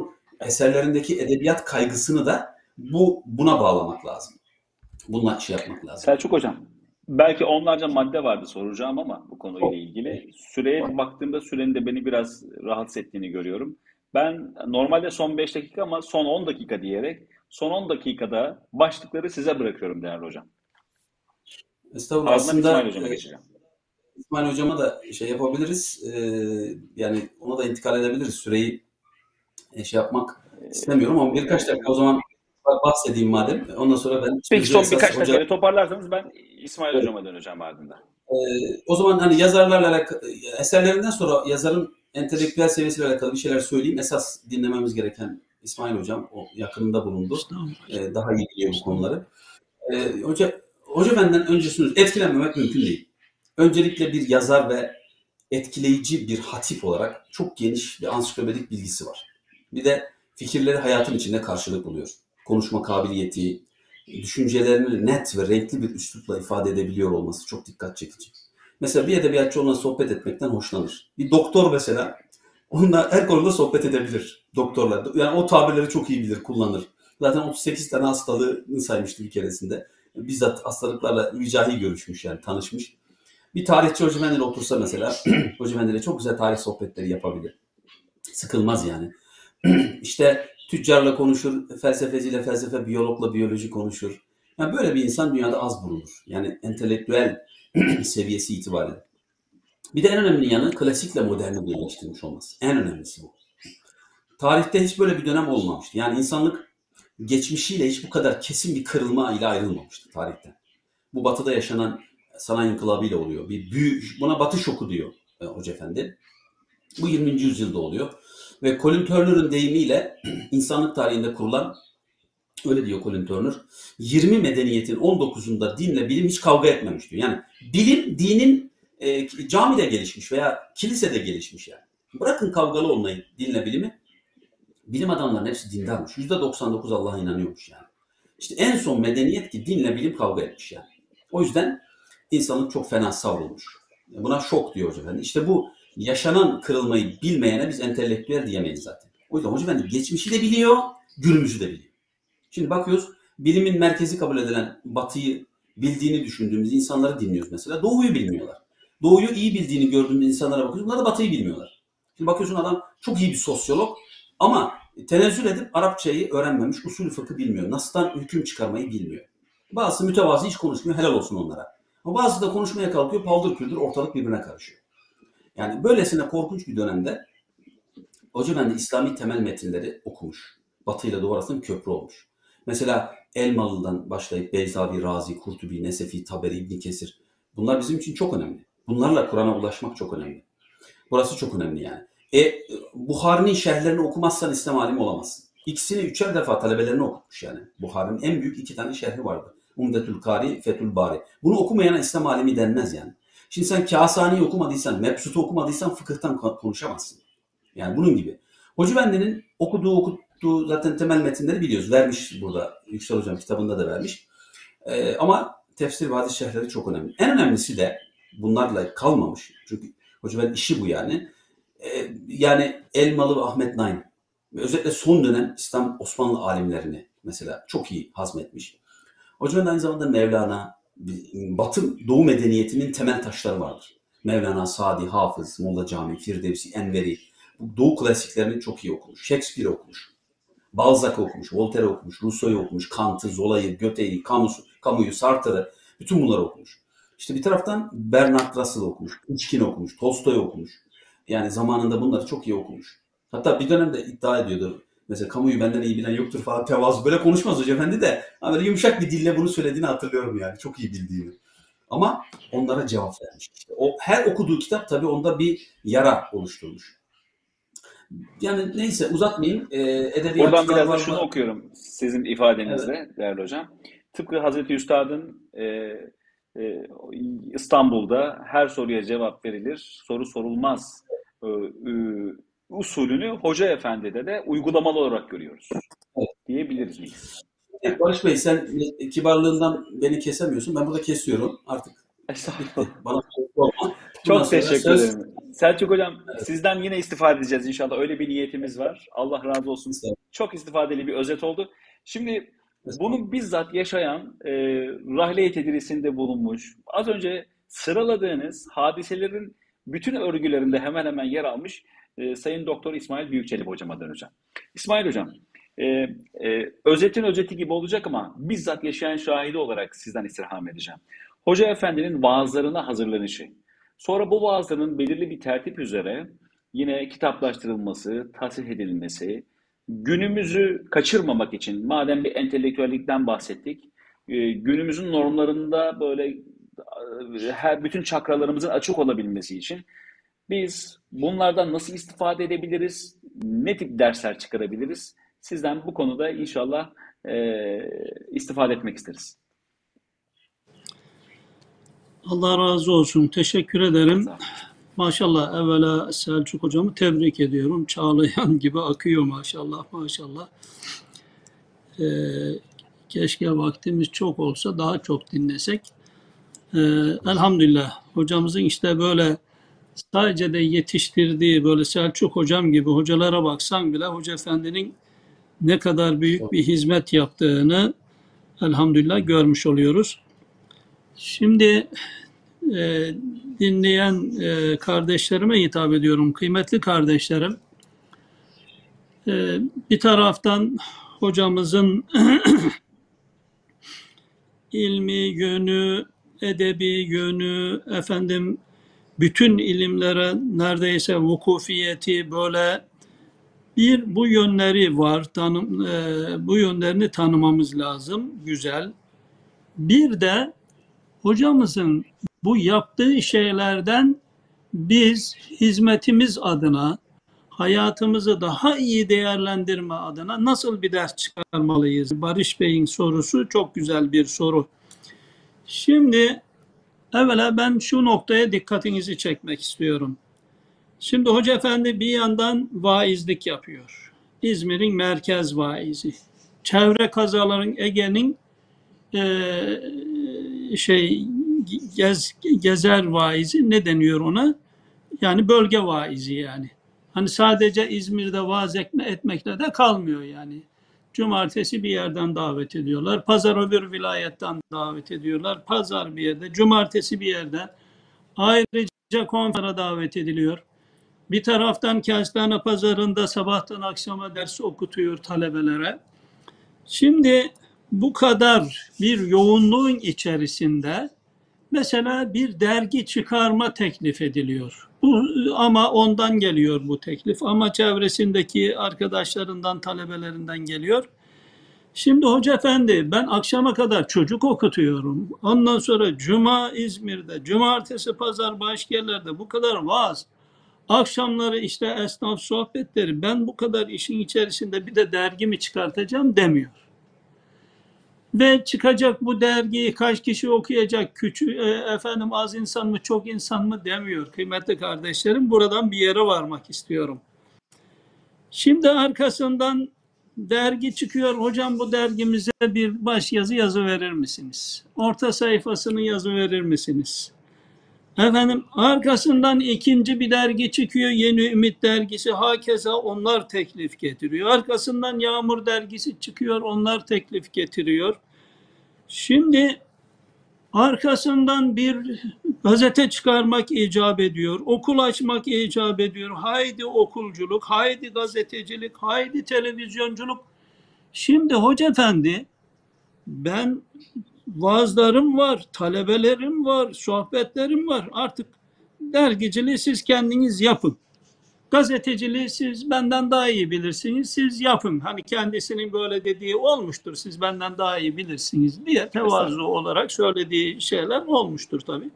eserlerindeki edebiyat kaygısını da bu buna bağlamak lazım. Bununla şey yapmak lazım. Selçuk Hocam, belki onlarca madde vardı soracağım ama bu konuyla ilgili. Süreye baktığımda sürenin de beni biraz rahatsız ettiğini görüyorum. Ben normalde son beş dakika ama son on dakika diyerek son on dakikada başlıkları size bırakıyorum değerli hocam. Estağfurullah. Ardından İsmail Aslında Hocam'a e, geçeceğim. İsmail Hocama da şey yapabiliriz. E, yani ona da intikal edebiliriz. Süreyi e, şey yapmak istemiyorum ama birkaç dakika o zaman bahsedeyim madem. Ondan sonra ben Peki sözü son birkaç esas hoca... dakikayla toparlarsanız ben İsmail Evet. Hocam'a döneceğim ardından. E, o zaman hani yazarlarla alakalı, eserlerinden sonra yazarın entelektüel seviyesiyle alakalı bir şeyler söyleyeyim. Esas dinlememiz gereken İsmail Hocam. O yakınında bulundu. E, daha iyi biliyor bu konuları. E, hoca, hoca benden öncesiniz. Etkilenmemek mümkün değil. Öncelikle bir yazar ve etkileyici bir hatip olarak çok geniş bir ansiklopedik bilgisi var. Bir de fikirleri hayatın içinde karşılık buluyor. Konuşma kabiliyeti, düşüncelerini net ve renkli bir üslupla ifade edebiliyor olması çok dikkat çekici. Mesela bir edebiyatçı onunla sohbet etmekten hoşlanır. Bir doktor mesela onunla her konuda sohbet edebilir doktorlar. Yani o tabirleri çok iyi bilir, kullanır. Zaten otuz sekiz tane hastalığını saymıştı bir keresinde. Bizzat hastalıklarla mücahi görüşmüş yani tanışmış. Bir tarihçi Hoca Efendi'yle otursa mesela Hoca Efendi'yle çok güzel tarih sohbetleri yapabilir. Sıkılmaz yani. İşte tüccarla konuşur, felsefeciyle felsefe, biyologla biyoloji konuşur. Yani böyle bir insan dünyada az bulunur. Yani entelektüel seviyesi itibariyle. Bir de en önemli yanı klasikle moderni birleştirmiş olması. En önemlisi bu. Tarihte hiç böyle bir dönem olmamıştı. Yani insanlık geçmişiyle hiç bu kadar kesin bir kırılma ile ayrılmamıştı tarihte. Bu batıda yaşanan sanayi inkılabıyla oluyor. Bir büyük, buna batı şoku diyor e, Hoca Efendi. Bu yirminci yüzyılda oluyor. Ve Colin Turner'ın deyimiyle insanlık tarihinde kurulan, öyle diyor Colin Turner, yirmi medeniyetin on dokuzunda dinle bilim hiç kavga etmemiş diyor. Yani bilim dinin e, camide gelişmiş veya kilisede gelişmiş yani. Bırakın kavgalı olmayı dinle bilimi. Bilim adamlarının hepsi dindarmış. yüzde doksan dokuz Allah'a inanıyormuş yani. İşte en son medeniyet ki dinle bilim kavga etmiş yani. O yüzden insanlık çok fena savrulmuş. Buna şok diyor Hoca Efendi. İşte bu yaşanan kırılmayı bilmeyene biz entelektüel diyemeyiz zaten. O yüzden Hoca Efendi geçmişi de biliyor, günümüzü de biliyor. Şimdi bakıyoruz, bilimin merkezi kabul edilen Batı'yı bildiğini düşündüğümüz insanları dinliyoruz mesela. Doğu'yu bilmiyorlar. Doğu'yu iyi bildiğini gördüğümüz insanlara bakıyoruz. Bunlar da Batı'yı bilmiyorlar. Şimdi bakıyorsun adam çok iyi bir sosyolog ama tenezzül edip Arapçayı öğrenmemiş, usulü fıkı bilmiyor. Nas'tan hüküm çıkarmayı bilmiyor. Bazısı mütevazi hiç konuşmuyor, helal olsun onlara. Ama bazısı da konuşmaya kalkıyor, paldır küldür ortalık birbirine karışıyor. Yani böylesine korkunç bir dönemde Hoca Efendi İslami temel metinleri okumuş. Batı ile Doğu arasında bir köprü olmuş. Mesela Elmalı'dan başlayıp Beyzavi, Razi, Kurtubi, Nesefi, Taberi, İbn Kesir. Bunlar bizim için çok önemli. Bunlarla Kur'an'a ulaşmak çok önemli. Burası çok önemli yani. E, Buhari'nin şerhlerini okumazsan İslam alimi olamazsın. İkisini üçer defa talebelerine okutmuş yani. Buhari'nin en büyük iki tane şerhi vardı. Umdetül Kari, Fethül Bari. Bunu okumayana İslam alimi denmez yani. Şimdi sen Kâsani'yi okumadıysan, Mebsut'u okumadıysan fıkıhtan konuşamazsın. Yani bunun gibi. Hoca Efendi'nin okuduğu, okuttuğu zaten temel metinleri biliyoruz. Vermiş burada. Yüksel Hocam kitabında da vermiş. Ee, ama tefsir ve hadis şerhleri çok önemli. En önemlisi de bunlarla kalmamış. Çünkü Hoca Efendi işi bu yani. Ee, yani Elmalı ve Ahmet Naim. Özellikle son dönem İslam Osmanlı alimlerini mesela çok iyi hazmetmiş. Hoca Efendi aynı zamanda Mevlana, Batı Doğu medeniyetinin temel taşları vardır. Mevlana, Sadi, Hafız, Molla Cami, Firdevsi, Enveri. Bu Doğu klasiklerini çok iyi okumuş. Shakespeare okumuş. Balzac'ı okumuş, Voltaire okumuş, Rousseau'yu okumuş, Kant'ı, Zola'yı, Goethe'yi, Camus'u, Sartre'ı, bütün bunları okumuş. İşte bir taraftan Bernard Russell'ı okumuş, Pushkin'i okumuş, Tolstoy'u okumuş. Yani zamanında bunları çok iyi okumuş. Hatta bir dönemde iddia ediyordu. Mesela kamuyu benden iyi bilen yoktur falan, tevazu. Böyle konuşmaz Hoca Efendi de. Ama böyle yumuşak bir dille bunu söylediğini hatırlıyorum yani. Çok iyi bildiğini. Ama onlara cevap vermiş. İşte o, her okuduğu kitap tabii onda bir yara oluşturmuş. Yani neyse uzatmayayım. Ee, edebiyatçılar Buradan biraz da var şunu mı? okuyorum sizin ifadenizle Evet. değerli hocam. Tıpkı Hazreti Üstad'ın e, e, İstanbul'da her soruya cevap verilir, soru sorulmaz e, e, usulünü Hoca Efendi'de de uygulamalı olarak görüyoruz Evet. diyebiliriz miyiz? Evet, Barış Bey sen kibarlığından beni kesemiyorsun. Ben burada kesiyorum. Artık bitti. Estağfurullah. Bana soru sorma. Bundan Çok sonra teşekkür söz ederim. Selçuk Hocam evet, sizden yine istifade edeceğiz inşallah. Öyle bir niyetimiz var. Allah razı olsun. çok istifadeli bir özet oldu. Şimdi bunu bizzat yaşayan, e, rahle-i tedrisinde bulunmuş, az önce sıraladığınız hadiselerin bütün örgülerinde hemen hemen yer almış e, Sayın Doktor İsmail Büyükçelebi hocama döneceğim. İsmail hocam, e, e, özetin özeti gibi olacak ama bizzat yaşayan şahidi olarak sizden istirham edeceğim. Hoca Efendi'nin vaazlarına hazırlanışı, sonra bu vaazların belirli bir tertip üzere yine kitaplaştırılması, tasih edilmesi, günümüzü kaçırmamak için, madem bir entelektüellikten bahsettik, e, günümüzün normlarında böyle e, her bütün çakralarımızın açık olabilmesi için biz bunlardan nasıl istifade edebiliriz, ne tip dersler çıkarabiliriz? Sizden bu konuda inşallah e, istifade etmek isteriz. Allah razı olsun. Teşekkür ederim. Sağ olun. Maşallah, evvela Selçuk hocamı tebrik ediyorum. Çağlayan gibi akıyor maşallah maşallah. Ee, keşke vaktimiz çok olsa daha çok dinlesek. Ee, elhamdülillah hocamızın işte böyle sadece de yetiştirdiği böyle Selçuk hocam gibi hocalara baksan bile Hoca Efendi'nin ne kadar büyük bir hizmet yaptığını elhamdülillah görmüş oluyoruz. Şimdi e, dinleyen e, kardeşlerime hitap ediyorum. Kıymetli kardeşlerim, e, bir taraftan hocamızın ilmi yönü, edebi yönü, efendim bütün ilimlere neredeyse vukufiyeti böyle bir bu yönleri var. Tanım, e, bu yönlerini tanımamız lazım. Güzel. Bir de hocamızın bu yaptığı şeylerden biz hizmetimiz adına, hayatımızı daha iyi değerlendirme adına nasıl bir ders çıkarmalıyız? Barış Bey'in sorusu çok güzel bir soru. Şimdi evvela ben şu noktaya dikkatinizi çekmek istiyorum. Şimdi Hoca Efendi bir yandan vaizlik yapıyor. İzmir'in merkez vaizi. Çevre kazaların Ege'nin e, şey gez, gezer vaizi, ne deniyor ona? Yani bölge vaizi yani. Hani sadece İzmir'de vaaz etmekle de kalmıyor yani. Cumartesi bir yerden davet ediyorlar. Pazar öbür vilayetten davet ediyorlar. Pazar bir yerde, cumartesi bir yerde. Ayrıca konfera davet ediliyor. Bir taraftan Kestane Pazarı'nda sabahtan akşama ders okutuyor talebelere. Şimdi bu kadar bir yoğunluğun içerisinde mesela bir dergi çıkarma teklif ediliyor. Bu, ama ondan geliyor bu teklif. Ama çevresindeki arkadaşlarından, talebelerinden geliyor. Şimdi Hoca Efendi, ben akşama kadar çocuk okutuyorum. Ondan sonra cuma İzmir'de, cumartesi pazar başka yerlerde bu kadar vaaz. Akşamları işte esnaf sohbetleri, ben bu kadar işin içerisinde bir de dergi mi çıkartacağım demiyor. Ve çıkacak bu dergiyi kaç kişi okuyacak, küçük, e, efendim az insan mı çok insan mı demiyor. Kıymetli kardeşlerim, buradan bir yere varmak istiyorum. Şimdi arkasından dergi çıkıyor. Hocam bu dergimize bir başyazı yazı verir misiniz? Orta sayfasını yazı verir misiniz? Efendim arkasından ikinci bir dergi çıkıyor. Yeni Ümit dergisi. Hakeza onlar teklif getiriyor. Arkasından Yağmur dergisi çıkıyor. Onlar teklif getiriyor. Şimdi arkasından bir gazete çıkarmak icap ediyor. Okul açmak icap ediyor. Haydi okulculuk, haydi gazetecilik, haydi televizyonculuk. Şimdi Hoca Efendi, ben vaazlarım var, talebelerim var, sohbetlerim var. Artık dergiciliği siz kendiniz yapın. Gazeteciliği siz benden daha iyi bilirsiniz, siz yapın. Hani kendisinin böyle dediği olmuştur, siz benden daha iyi bilirsiniz diye tevazu olarak söylediği şeyler olmuştur tabii.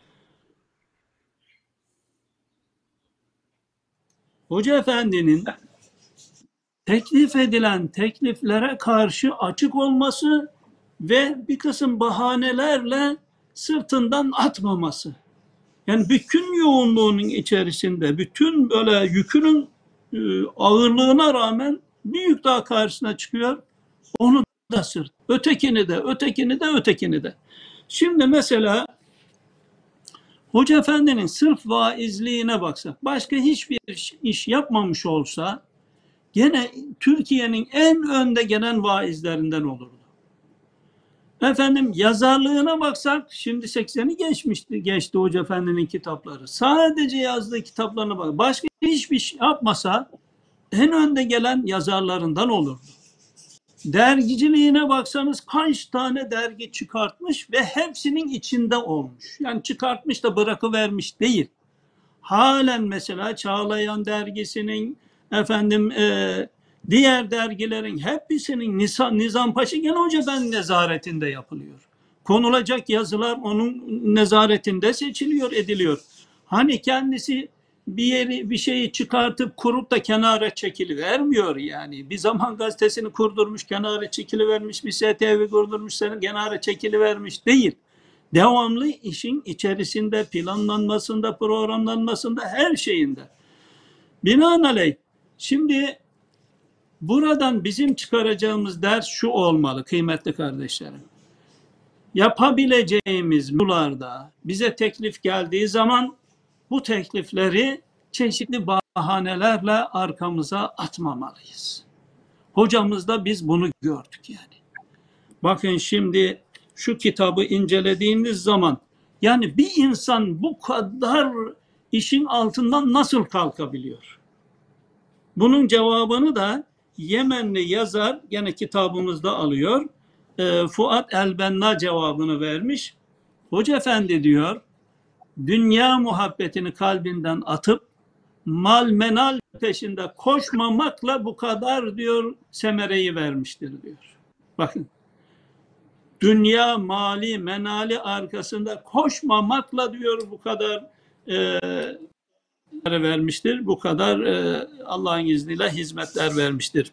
Hoca Efendi'nin teklif edilen tekliflere karşı açık olması ve bir kısım bahanelerle sırtından atmaması. Yani bütün yoğunluğunun içerisinde, bütün böyle yükünün e, ağırlığına rağmen bir yük daha karşısına çıkıyor. Onu da sırt. Ötekini de, ötekini de, ötekini de. Şimdi mesela Hoca Efendi'nin sırf vaizliğine baksak, başka hiçbir iş yapmamış olsa, gene Türkiye'nin en önde gelen vaizlerinden olurdu. Efendim yazarlığına baksak şimdi sekseni geçmişti, geçti Hoca Efendi'nin kitapları. Sadece yazdığı kitaplarına bak. Başka hiçbir şey yapmasa en önde gelen yazarlarından olurdu. Dergiciliğine baksanız kaç tane dergi çıkartmış ve hepsinin içinde olmuş. Yani çıkartmış da bırakıvermiş değil. Halen mesela Çağlayan dergisinin, efendim e, diğer dergilerin hepsinin Nizam, Nizampaşa gene Hoca Efendi nezaretinde yapılıyor. Konulacak yazılar onun nezaretinde seçiliyor, ediliyor. Hani kendisi bir yeri bir şeyi çıkartıp kurup da kenara çekilivermiyor yani. Bir Zaman Gazetesi'ni kurdurmuş, kenara çekilivermiş, bir S T V kurdurmuş, kenara çekilivermiş değil. Devamlı işin içerisinde, planlanmasında, programlanmasında, her şeyinde. Binaenaleyh, şimdi buradan bizim çıkaracağımız ders şu olmalı kıymetli kardeşlerim. Yapabileceğimiz bunlarda bize teklif geldiği zaman bu teklifleri çeşitli bahanelerle arkamıza atmamalıyız. Hocamızda biz bunu gördük yani. Bakın şimdi şu kitabı incelediğiniz zaman yani bir insan bu kadar işin altından nasıl kalkabiliyor? Bunun cevabını da Yemenli yazar gene kitabımızda alıyor. E, Fuat Elbenna cevabını vermiş. Hoca Efendi diyor, dünya muhabbetini kalbinden atıp mal menal peşinde koşmamakla bu kadar diyor semereyi vermiştir diyor. Bakın. Dünya mali menali arkasında koşmamakla diyor bu kadar e, vermiştir. Bu kadar e, Allah'ın izniyle hizmetler vermiştir.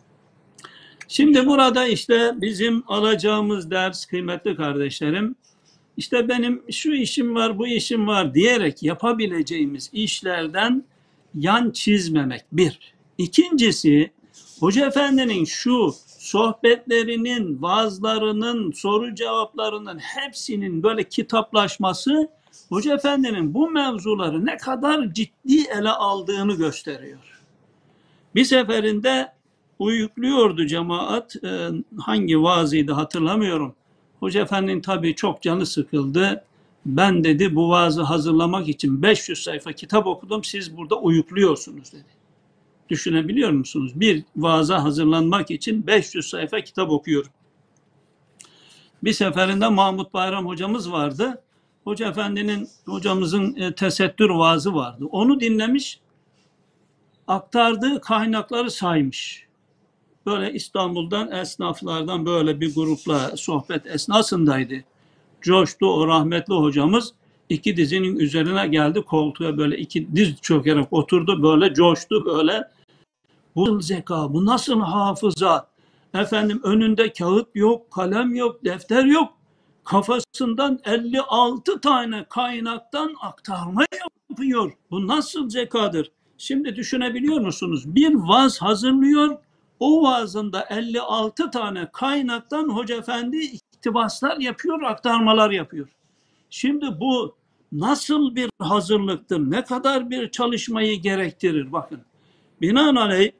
Şimdi burada işte bizim alacağımız ders kıymetli kardeşlerim, işte benim şu işim var, bu işim var diyerek yapabileceğimiz işlerden yan çizmemek bir. İkincisi, Hoca Efendi'nin şu sohbetlerinin, vaazlarının, soru cevaplarının hepsinin böyle kitaplaşması Hoca Efendi'nin bu mevzuları ne kadar ciddi ele aldığını gösteriyor. Bir seferinde uyukluyordu cemaat, e, hangi vaazıydı hatırlamıyorum. Hoca Efendi'nin tabii çok canı sıkıldı. Ben dedi bu vaazı hazırlamak için beş yüz sayfa kitap okudum, siz burada uyukluyorsunuz dedi. Düşünebiliyor musunuz? Bir vaaza hazırlanmak için beş yüz sayfa kitap okuyor. Bir seferinde Mahmut Bayram hocamız vardı. Hoca Efendi'nin, hocamızın e, tesettür vaazı vardı. Onu dinlemiş, aktardığı kaynakları saymış. Böyle İstanbul'dan, esnaflardan böyle bir grupla sohbet esnasındaydı. Coştu o rahmetli hocamız. İki dizinin üzerine geldi, koltuğa böyle iki diz çökerek oturdu, böyle coştu böyle. Bu nasıl zeka, bu nasıl hafıza? Efendim önünde kağıt yok, kalem yok, defter yok. Kafasından elli altı tane kaynaktan aktarma yapıyor. Bu nasıl zekadır? Şimdi düşünebiliyor musunuz? Bir vaaz hazırlıyor. O vaazında elli altı tane kaynaktan Hoca Efendi iktibaslar yapıyor, aktarmalar yapıyor. Şimdi bu nasıl bir hazırlıktır? Ne kadar bir çalışmayı gerektirir? Bakın. Binaenaleyh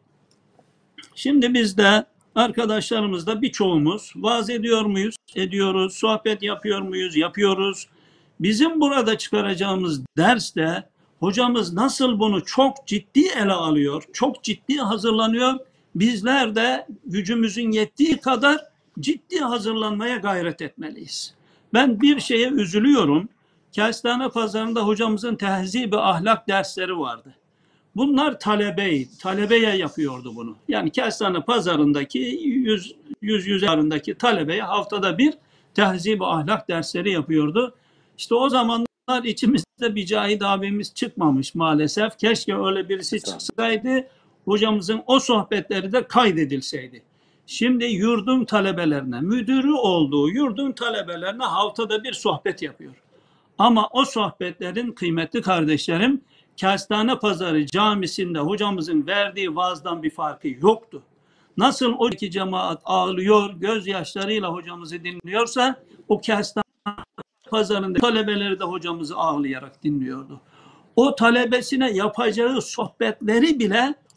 şimdi biz de arkadaşlarımızda birçoğumuz vaaz ediyor muyuz? Ediyoruz. Sohbet yapıyor muyuz? Yapıyoruz. Bizim burada çıkaracağımız derste hocamız nasıl bunu çok ciddi ele alıyor, çok ciddi hazırlanıyor. Bizler de gücümüzün yettiği kadar ciddi hazırlanmaya gayret etmeliyiz. Ben bir şeye üzülüyorum. Kestane Pazarı'nda hocamızın tehzib-i ahlak dersleri vardı. Bunlar talebeydi. Talebeye yapıyordu bunu. Yani Kestane Pazarı'ndaki yüz yüz yüzlerindeki talebeye haftada bir tehzib-i ahlak dersleri yapıyordu. İşte o zamanlar içimizde bir Cahit abimiz çıkmamış maalesef. Keşke öyle birisi çıksaydı. Hocamızın o sohbetleri de kaydedilseydi. Şimdi yurdun talebelerine, müdürü olduğu yurdun talebelerine haftada bir sohbet yapıyor. Ama o sohbetlerin kıymetli kardeşlerim, Kestane Pazarı Camisi'nde hocamızın verdiği vaazdan bir farkı yoktu. Nasıl o iki cemaat ağlıyor, gözyaşlarıyla hocamızı dinliyorsa, o Kestane Pazarı'nda talebeleri de hocamızı ağlayarak dinliyordu. O talebesine yapacağı sohbetleri bile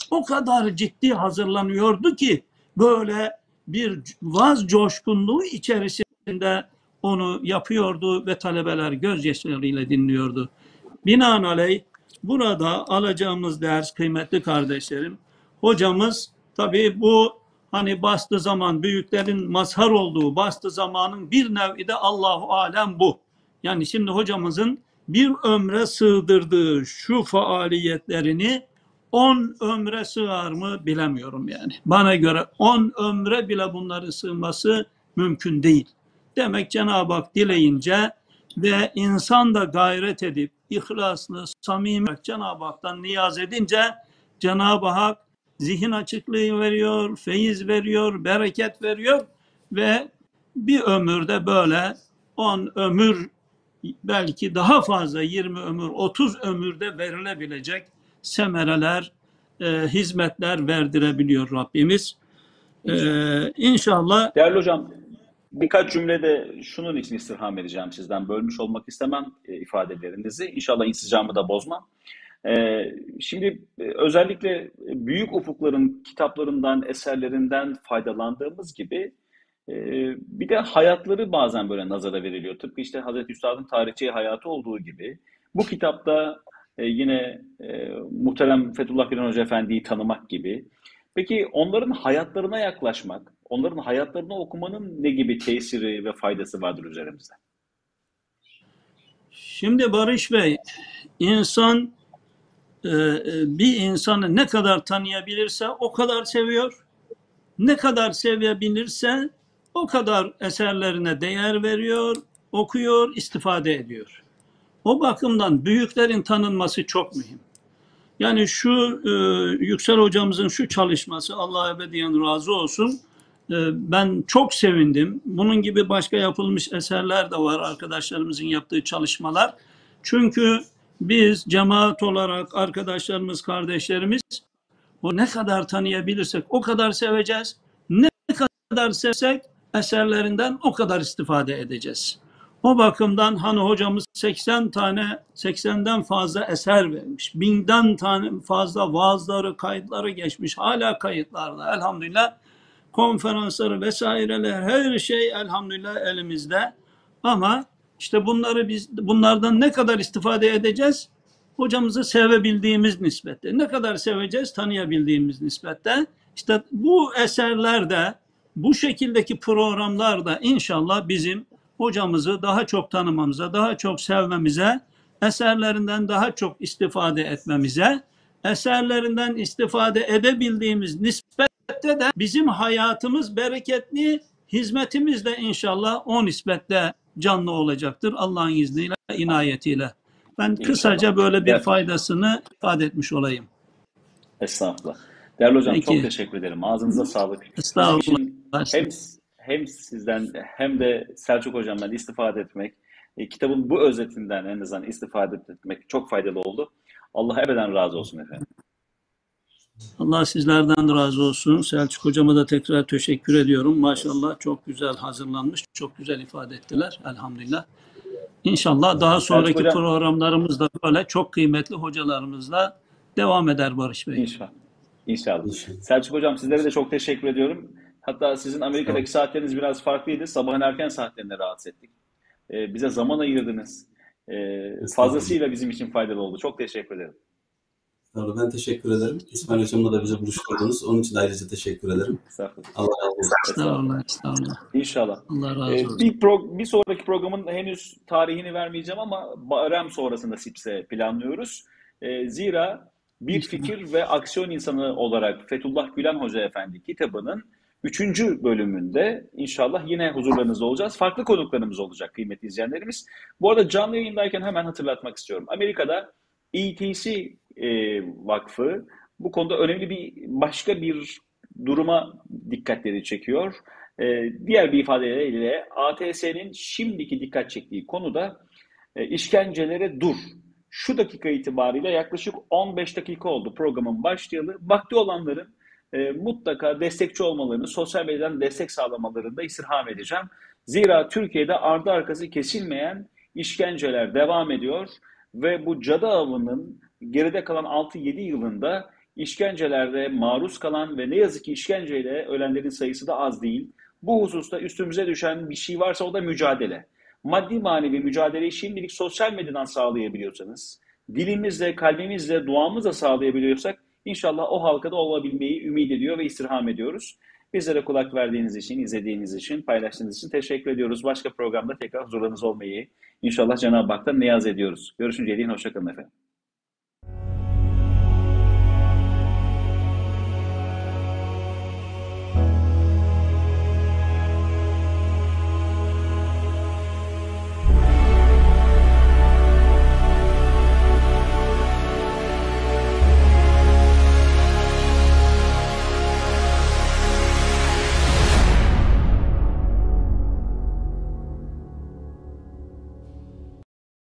o kadar ciddi hazırlanıyordu ki böyle bir vaz coşkunluğu içerisinde onu yapıyordu ve talebeler gözyaşlarıyla dinliyordu. Binaenaleyh burada alacağımız ders kıymetli kardeşlerim, hocamız tabii bu hani bastı zaman büyüklerin mazhar olduğu bastı zamanın bir nevi de Allahu alem bu. Yani şimdi hocamızın bir ömre sığdırdığı şu faaliyetlerini on ömre sığar mı bilemiyorum yani. Bana göre on ömre bile bunları sığması mümkün değil. Demek Cenab-ı Hak dileyince ve insan da gayret edip ihlaslı, samimi Cenab-ı Hak'tan niyaz edince Cenab-ı Hak zihin açıklığı veriyor, feyiz veriyor, bereket veriyor ve bir ömürde böyle on ömür, belki daha fazla yirmi ömür, otuz ömürde verilebilecek semereler, e, hizmetler verdirebiliyor Rabbimiz. İnşallah. E, inşallah. Değerli hocam, birkaç cümlede şunun için istirham edeceğim sizden. Bölmüş olmak istemem e, ifadelerinizi. İnşallah insicamı da bozmam. E, şimdi e, özellikle büyük ufukların kitaplarından, eserlerinden faydalandığımız gibi e, bir de hayatları bazen böyle nazara veriliyor. Tıpkı işte Hazreti Üstad'ın tarihçi hayatı olduğu gibi. Bu kitapta e, yine e, muhterem Fethullah Gülen Hoca Efendi'yi tanımak gibi. Peki onların hayatlarına yaklaşmak, onların hayatlarını okumanın ne gibi tesiri ve faydası vardır üzerimizde? Şimdi Barış Bey, insan e, bir insanı ne kadar tanıyabilirse o kadar seviyor. Ne kadar sevebilirse o kadar eserlerine değer veriyor, okuyor, istifade ediyor. O bakımdan büyüklerin tanınması çok mühim. Yani şu e, Yüksel hocamızın şu çalışması, Allah ebediyen razı olsun, e, ben çok sevindim. Bunun gibi başka yapılmış eserler de var, arkadaşlarımızın yaptığı çalışmalar. Çünkü biz cemaat olarak arkadaşlarımız, kardeşlerimiz o ne kadar tanıyabilirsek o kadar seveceğiz. Ne kadar sevsek eserlerinden o kadar istifade edeceğiz. O bakımdan hani hocamız seksen tane, seksenden fazla eser vermiş. Binden tane fazla vaazları, kayıtları geçmiş. Hala kayıtlarda elhamdülillah. Konferansları vesaireler, her şey elhamdülillah elimizde. Ama işte bunları biz bunlardan ne kadar istifade edeceğiz? Hocamızı sevebildiğimiz nispette. Ne kadar seveceğiz? Tanıyabildiğimiz nispette. İşte bu eserlerde, bu şekildeki programlarda inşallah bizim hocamızı daha çok tanımamıza, daha çok sevmemize, eserlerinden daha çok istifade etmemize, eserlerinden istifade edebildiğimiz nispette de bizim hayatımız bereketli, hizmetimiz de inşallah o nispetle canlı olacaktır Allah'ın izniyle, inayetiyle. Ben kısaca İnşallah. böyle bir Evet. faydasını ifade etmiş olayım. Estağfurullah. Değerli hocam Peki. çok teşekkür ederim. Ağzınıza sağlık. Bizim Estağfurullah. için hem hem sizden hem de Selçuk hocamdan istifade etmek, e, kitabın bu özetinden en azından istifade etmek çok faydalı oldu. Allah ebeden razı olsun efendim. Allah sizlerden razı olsun. Selçuk hocama da tekrar teşekkür ediyorum. Maşallah çok güzel hazırlanmış, çok güzel ifade ettiler. Elhamdülillah. İnşallah daha sonraki hocam, programlarımızda böyle çok kıymetli hocalarımızla devam eder Barış Bey. İnşallah. İnşallah. İnşallah. Selçuk hocam sizlere de çok teşekkür ediyorum. Hatta sizin Amerika'daki saatleriniz biraz farklıydı. Sabahın erken saatlerinde rahatsız ettik. Ee, bize zaman ayırdınız. Ee, fazlasıyla bizim için faydalı oldu. Çok teşekkür ederim. Ben teşekkür ederim. İsmail Hocam'la da bizi buluşturdunuz. Onun için ayrıca teşekkür ederim. Estağfurullah. Allah razı olsun. Estağfurullah, estağfurullah. İnşallah. Allah razı Ee, olsun. bir, pro, bir sonraki programın henüz tarihini vermeyeceğim ama bayram sonrasında SİPS'e planlıyoruz. Ee, zira bir fikir ve aksiyon insanı olarak Fethullah Gülen Hoca Efendi kitabının üçüncü bölümünde inşallah yine huzurlarınızda olacağız. Farklı konuklarımız olacak kıymetli izleyenlerimiz. Bu arada canlı yayındayken hemen hatırlatmak istiyorum. Amerika'da E T C e, Vakfı bu konuda önemli bir başka bir duruma dikkatleri çekiyor. E, diğer bir ifadeyle A T S'nin şimdiki dikkat çektiği konuda e, işkencelere dur. Şu dakika itibariyle yaklaşık on beş dakika oldu programın başlayalı. Vakti olanların e, mutlaka destekçi olmalarını, sosyal medyadan destek sağlamalarını da istirham edeceğim. Zira Türkiye'de ardı arkası kesilmeyen işkenceler devam ediyor ve bu cadı avının geride kalan altı yedi yılında işkencelerde maruz kalan ve ne yazık ki işkenceyle ölenlerin sayısı da az değil. Bu hususta üstümüze düşen bir şey varsa o da mücadele. Maddi manevi mücadeleyi şimdilik sosyal medyadan sağlayabiliyorsanız, dilimizle, kalbimizle, duamızla sağlayabiliyorsak inşallah o halkada olabilmeyi ümit ediyor ve istirham ediyoruz. Bizlere kulak verdiğiniz için, izlediğiniz için, paylaştığınız için teşekkür ediyoruz. Başka programda tekrar huzurlarınız olmayı inşallah Cenab-ı Hak'tan niyaz ediyoruz. Görüşünceye değin, hoşça kalın efendim.